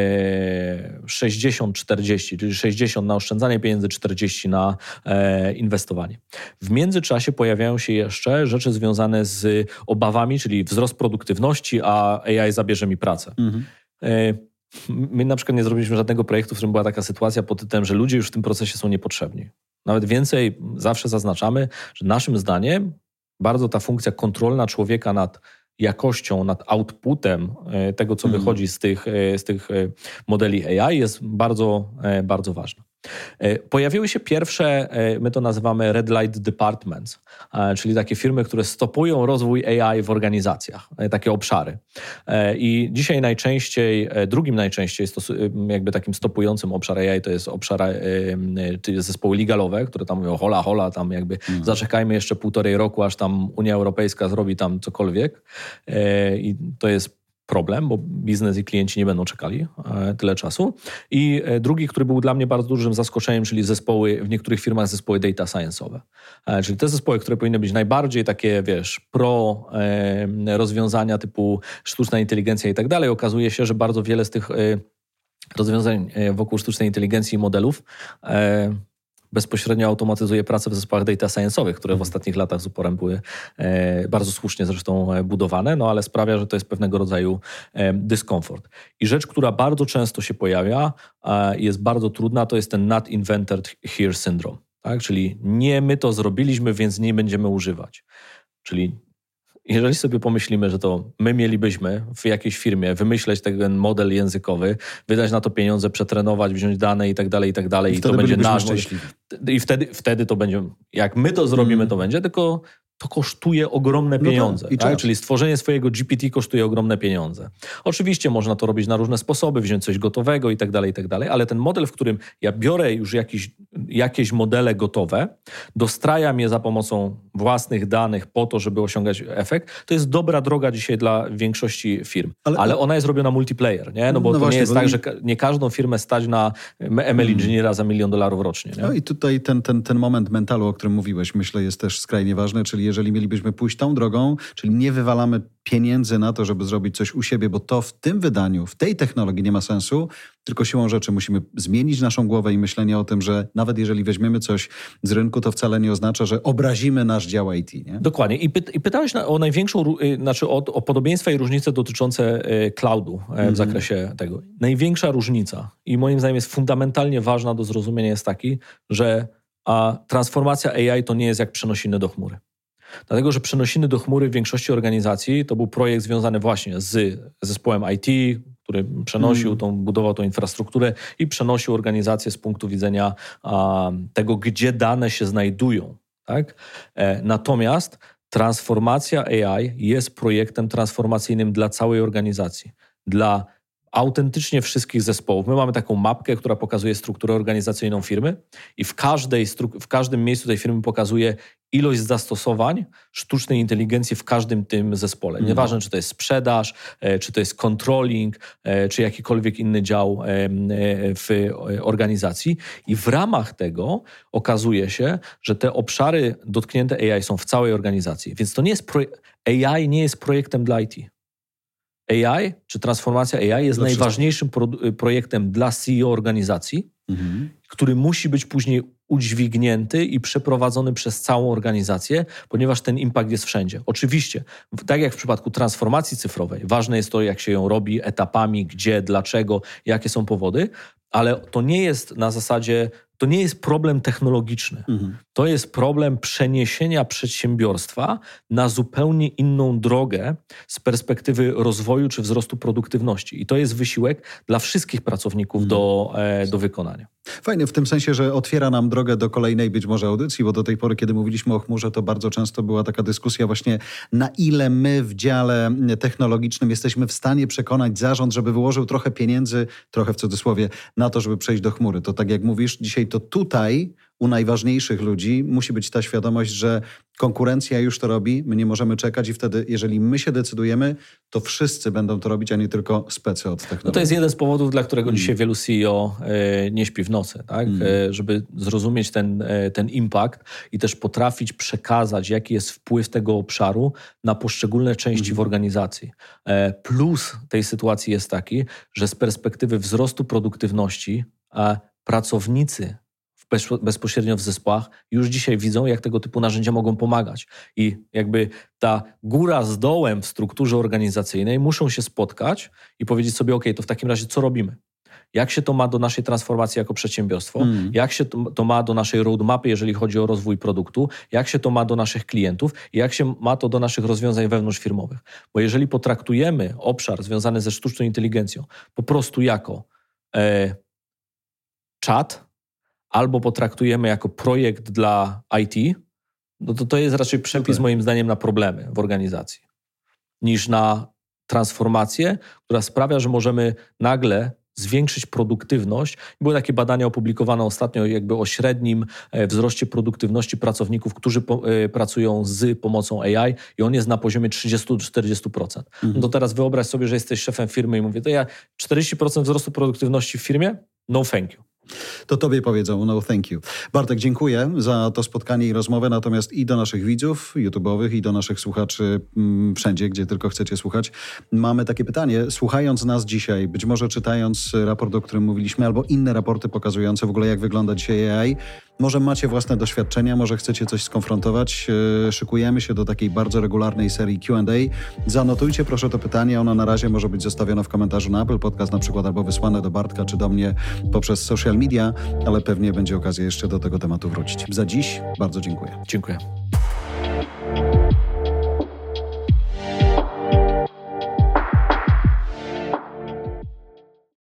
60-40, czyli 60 na oszczędzanie pieniędzy, 40 na inwestowanie. W międzyczasie pojawiają się jeszcze rzeczy związane z obawami, czyli wzrost produktywności, a AI zabierze mi pracę. My na przykład nie zrobiliśmy żadnego projektu, w którym była taka sytuacja pod tytułem, że ludzie już w tym procesie są niepotrzebni. Nawet więcej, zawsze zaznaczamy, że naszym zdaniem bardzo ta funkcja kontrolna człowieka nad jakością, nad outputem tego, co wychodzi z tych modeli AI jest bardzo, bardzo ważna. Pojawiły się pierwsze, my to nazywamy red light departments, czyli takie firmy, które stopują rozwój AI w organizacjach, takie obszary. I dzisiaj drugim najczęściej jakby takim stopującym obszar AI to jest obszar zespoły legalowe, które tam mówią hola, tam jakby zaczekajmy jeszcze 1,5 roku, aż tam Unia Europejska zrobi tam cokolwiek. I to jest problem, bo biznes i klienci nie będą czekali tyle czasu. I drugi, który był dla mnie bardzo dużym zaskoczeniem, czyli w niektórych firmach zespoły data science'owe. Czyli te zespoły, które powinny być najbardziej takie, pro rozwiązania typu sztuczna inteligencja i tak dalej. Okazuje się, że bardzo wiele z tych rozwiązań wokół sztucznej inteligencji i modelów bezpośrednio automatyzuje pracę w zespołach data science'owych, które w ostatnich latach z uporem były bardzo słusznie zresztą budowane, ale sprawia, że to jest pewnego rodzaju dyskomfort. I rzecz, która bardzo często się pojawia, jest bardzo trudna, to jest ten not invented here syndrome. Tak? Czyli nie my to zrobiliśmy, więc nie będziemy używać. Czyli jeżeli sobie pomyślimy, że to my mielibyśmy w jakiejś firmie wymyśleć ten model językowy, wydać na to pieniądze, przetrenować, wziąć dane i tak dalej, i to będzie nasz. I wtedy to będzie, jak my to zrobimy, to będzie, tylko to kosztuje ogromne pieniądze. Tak? Czyli stworzenie swojego GPT kosztuje ogromne pieniądze. Oczywiście można to robić na różne sposoby, wziąć coś gotowego i tak dalej, ale ten model, w którym ja biorę już jakieś modele gotowe, dostrajam je za pomocą własnych danych po to, żeby osiągać efekt, to jest dobra droga dzisiaj dla większości firm. Ale ona jest robiona multiplayer, nie? Bo to właśnie, nie jest tak, że nie każdą firmę stać na ML inżyniera za $1 milion rocznie. Nie? No i tutaj ten moment mentalu, o którym mówiłeś, myślę, jest też skrajnie ważny, czyli jeżeli mielibyśmy pójść tą drogą, czyli nie wywalamy pieniędzy na to, żeby zrobić coś u siebie, bo to w tym wydaniu, w tej technologii nie ma sensu, tylko siłą rzeczy musimy zmienić naszą głowę i myślenie o tym, że nawet jeżeli weźmiemy coś z rynku, to wcale nie oznacza, że obrazimy nasz dział IT. Nie? Dokładnie. I pytałeś o największą, o podobieństwa i różnice dotyczące cloudu w zakresie tego. Największa różnica i moim zdaniem jest fundamentalnie ważna do zrozumienia jest taki, że transformacja AI to nie jest jak przenosiny do chmury. Dlatego, że przenosiny do chmury w większości organizacji to był projekt związany właśnie z zespołem IT, który budował tą infrastrukturę i przenosił organizację z punktu widzenia tego, gdzie dane się znajdują. Tak? Natomiast transformacja AI jest projektem transformacyjnym dla całej organizacji, dla autentycznie wszystkich zespołów. My mamy taką mapkę, która pokazuje strukturę organizacyjną firmy i w każdym miejscu tej firmy pokazuje ilość zastosowań sztucznej inteligencji w każdym tym zespole. Nieważne, czy to jest sprzedaż, czy to jest controlling, czy jakikolwiek inny dział w organizacji. I w ramach tego okazuje się, że te obszary dotknięte AI są w całej organizacji. Więc to nie jest AI nie jest projektem dla IT. AI, czy transformacja AI jest najważniejszym projektem dla CEO organizacji, który musi być później udźwignięty i przeprowadzony przez całą organizację, ponieważ ten impact jest wszędzie. Oczywiście, tak jak w przypadku transformacji cyfrowej, ważne jest to, jak się ją robi, etapami, gdzie, dlaczego, jakie są powody, ale to nie jest na zasadzie, to nie jest problem technologiczny. To jest problem przeniesienia przedsiębiorstwa na zupełnie inną drogę z perspektywy rozwoju czy wzrostu produktywności. I to jest wysiłek dla wszystkich pracowników do wykonania. Fajnie w tym sensie, że otwiera nam drogę do kolejnej być może audycji, bo do tej pory, kiedy mówiliśmy o chmurze, to bardzo często była taka dyskusja właśnie, na ile my w dziale technologicznym jesteśmy w stanie przekonać zarząd, żeby wyłożył trochę pieniędzy, trochę w cudzysłowie, na to, żeby przejść do chmury. To tak jak mówisz, dzisiaj to tutaj u najważniejszych ludzi musi być ta świadomość, że konkurencja już to robi, my nie możemy czekać i wtedy, jeżeli my się decydujemy, to wszyscy będą to robić, a nie tylko specy od technologii. No to jest jeden z powodów, dla którego dzisiaj wielu CEO nie śpi w nocy, tak? Żeby zrozumieć ten impact i też potrafić przekazać, jaki jest wpływ tego obszaru na poszczególne części w organizacji. Plus tej sytuacji jest taki, że z perspektywy wzrostu produktywności pracownicy bezpośrednio w zespołach już dzisiaj widzą, jak tego typu narzędzia mogą pomagać. I jakby ta góra z dołem w strukturze organizacyjnej muszą się spotkać i powiedzieć sobie, ok, to w takim razie co robimy? Jak się to ma do naszej transformacji jako przedsiębiorstwo? Jak się to ma do naszej roadmapy, jeżeli chodzi o rozwój produktu? Jak się to ma do naszych klientów? I jak się ma to do naszych rozwiązań wewnątrzfirmowych? Bo jeżeli potraktujemy obszar związany ze sztuczną inteligencją po prostu jako czat, albo potraktujemy jako projekt dla IT, no to jest raczej przepis moim zdaniem na problemy w organizacji, niż na transformację, która sprawia, że możemy nagle zwiększyć produktywność. Były takie badania opublikowane ostatnio jakby o średnim wzroście produktywności pracowników, którzy pracują z pomocą AI i on jest na poziomie 30-40%. No to teraz wyobraź sobie, że jesteś szefem firmy i mówię, to ja 40% wzrostu produktywności w firmie? No thank you. To tobie powiedzą no thank you. Bartek, dziękuję za to spotkanie i rozmowę, natomiast i do naszych widzów YouTube'owych, i do naszych słuchaczy wszędzie, gdzie tylko chcecie słuchać. Mamy takie pytanie, słuchając nas dzisiaj, być może czytając raport, o którym mówiliśmy, albo inne raporty pokazujące w ogóle, jak wygląda dzisiaj AI, może macie własne doświadczenia, może chcecie coś skonfrontować. Szykujemy się do takiej bardzo regularnej serii Q&A. Zanotujcie proszę to pytanie, ono na razie może być zostawione w komentarzu na Apple Podcast na przykład, albo wysłane do Bartka czy do mnie poprzez social media, ale pewnie będzie okazja jeszcze do tego tematu wrócić. Za dziś bardzo dziękuję. Dziękuję.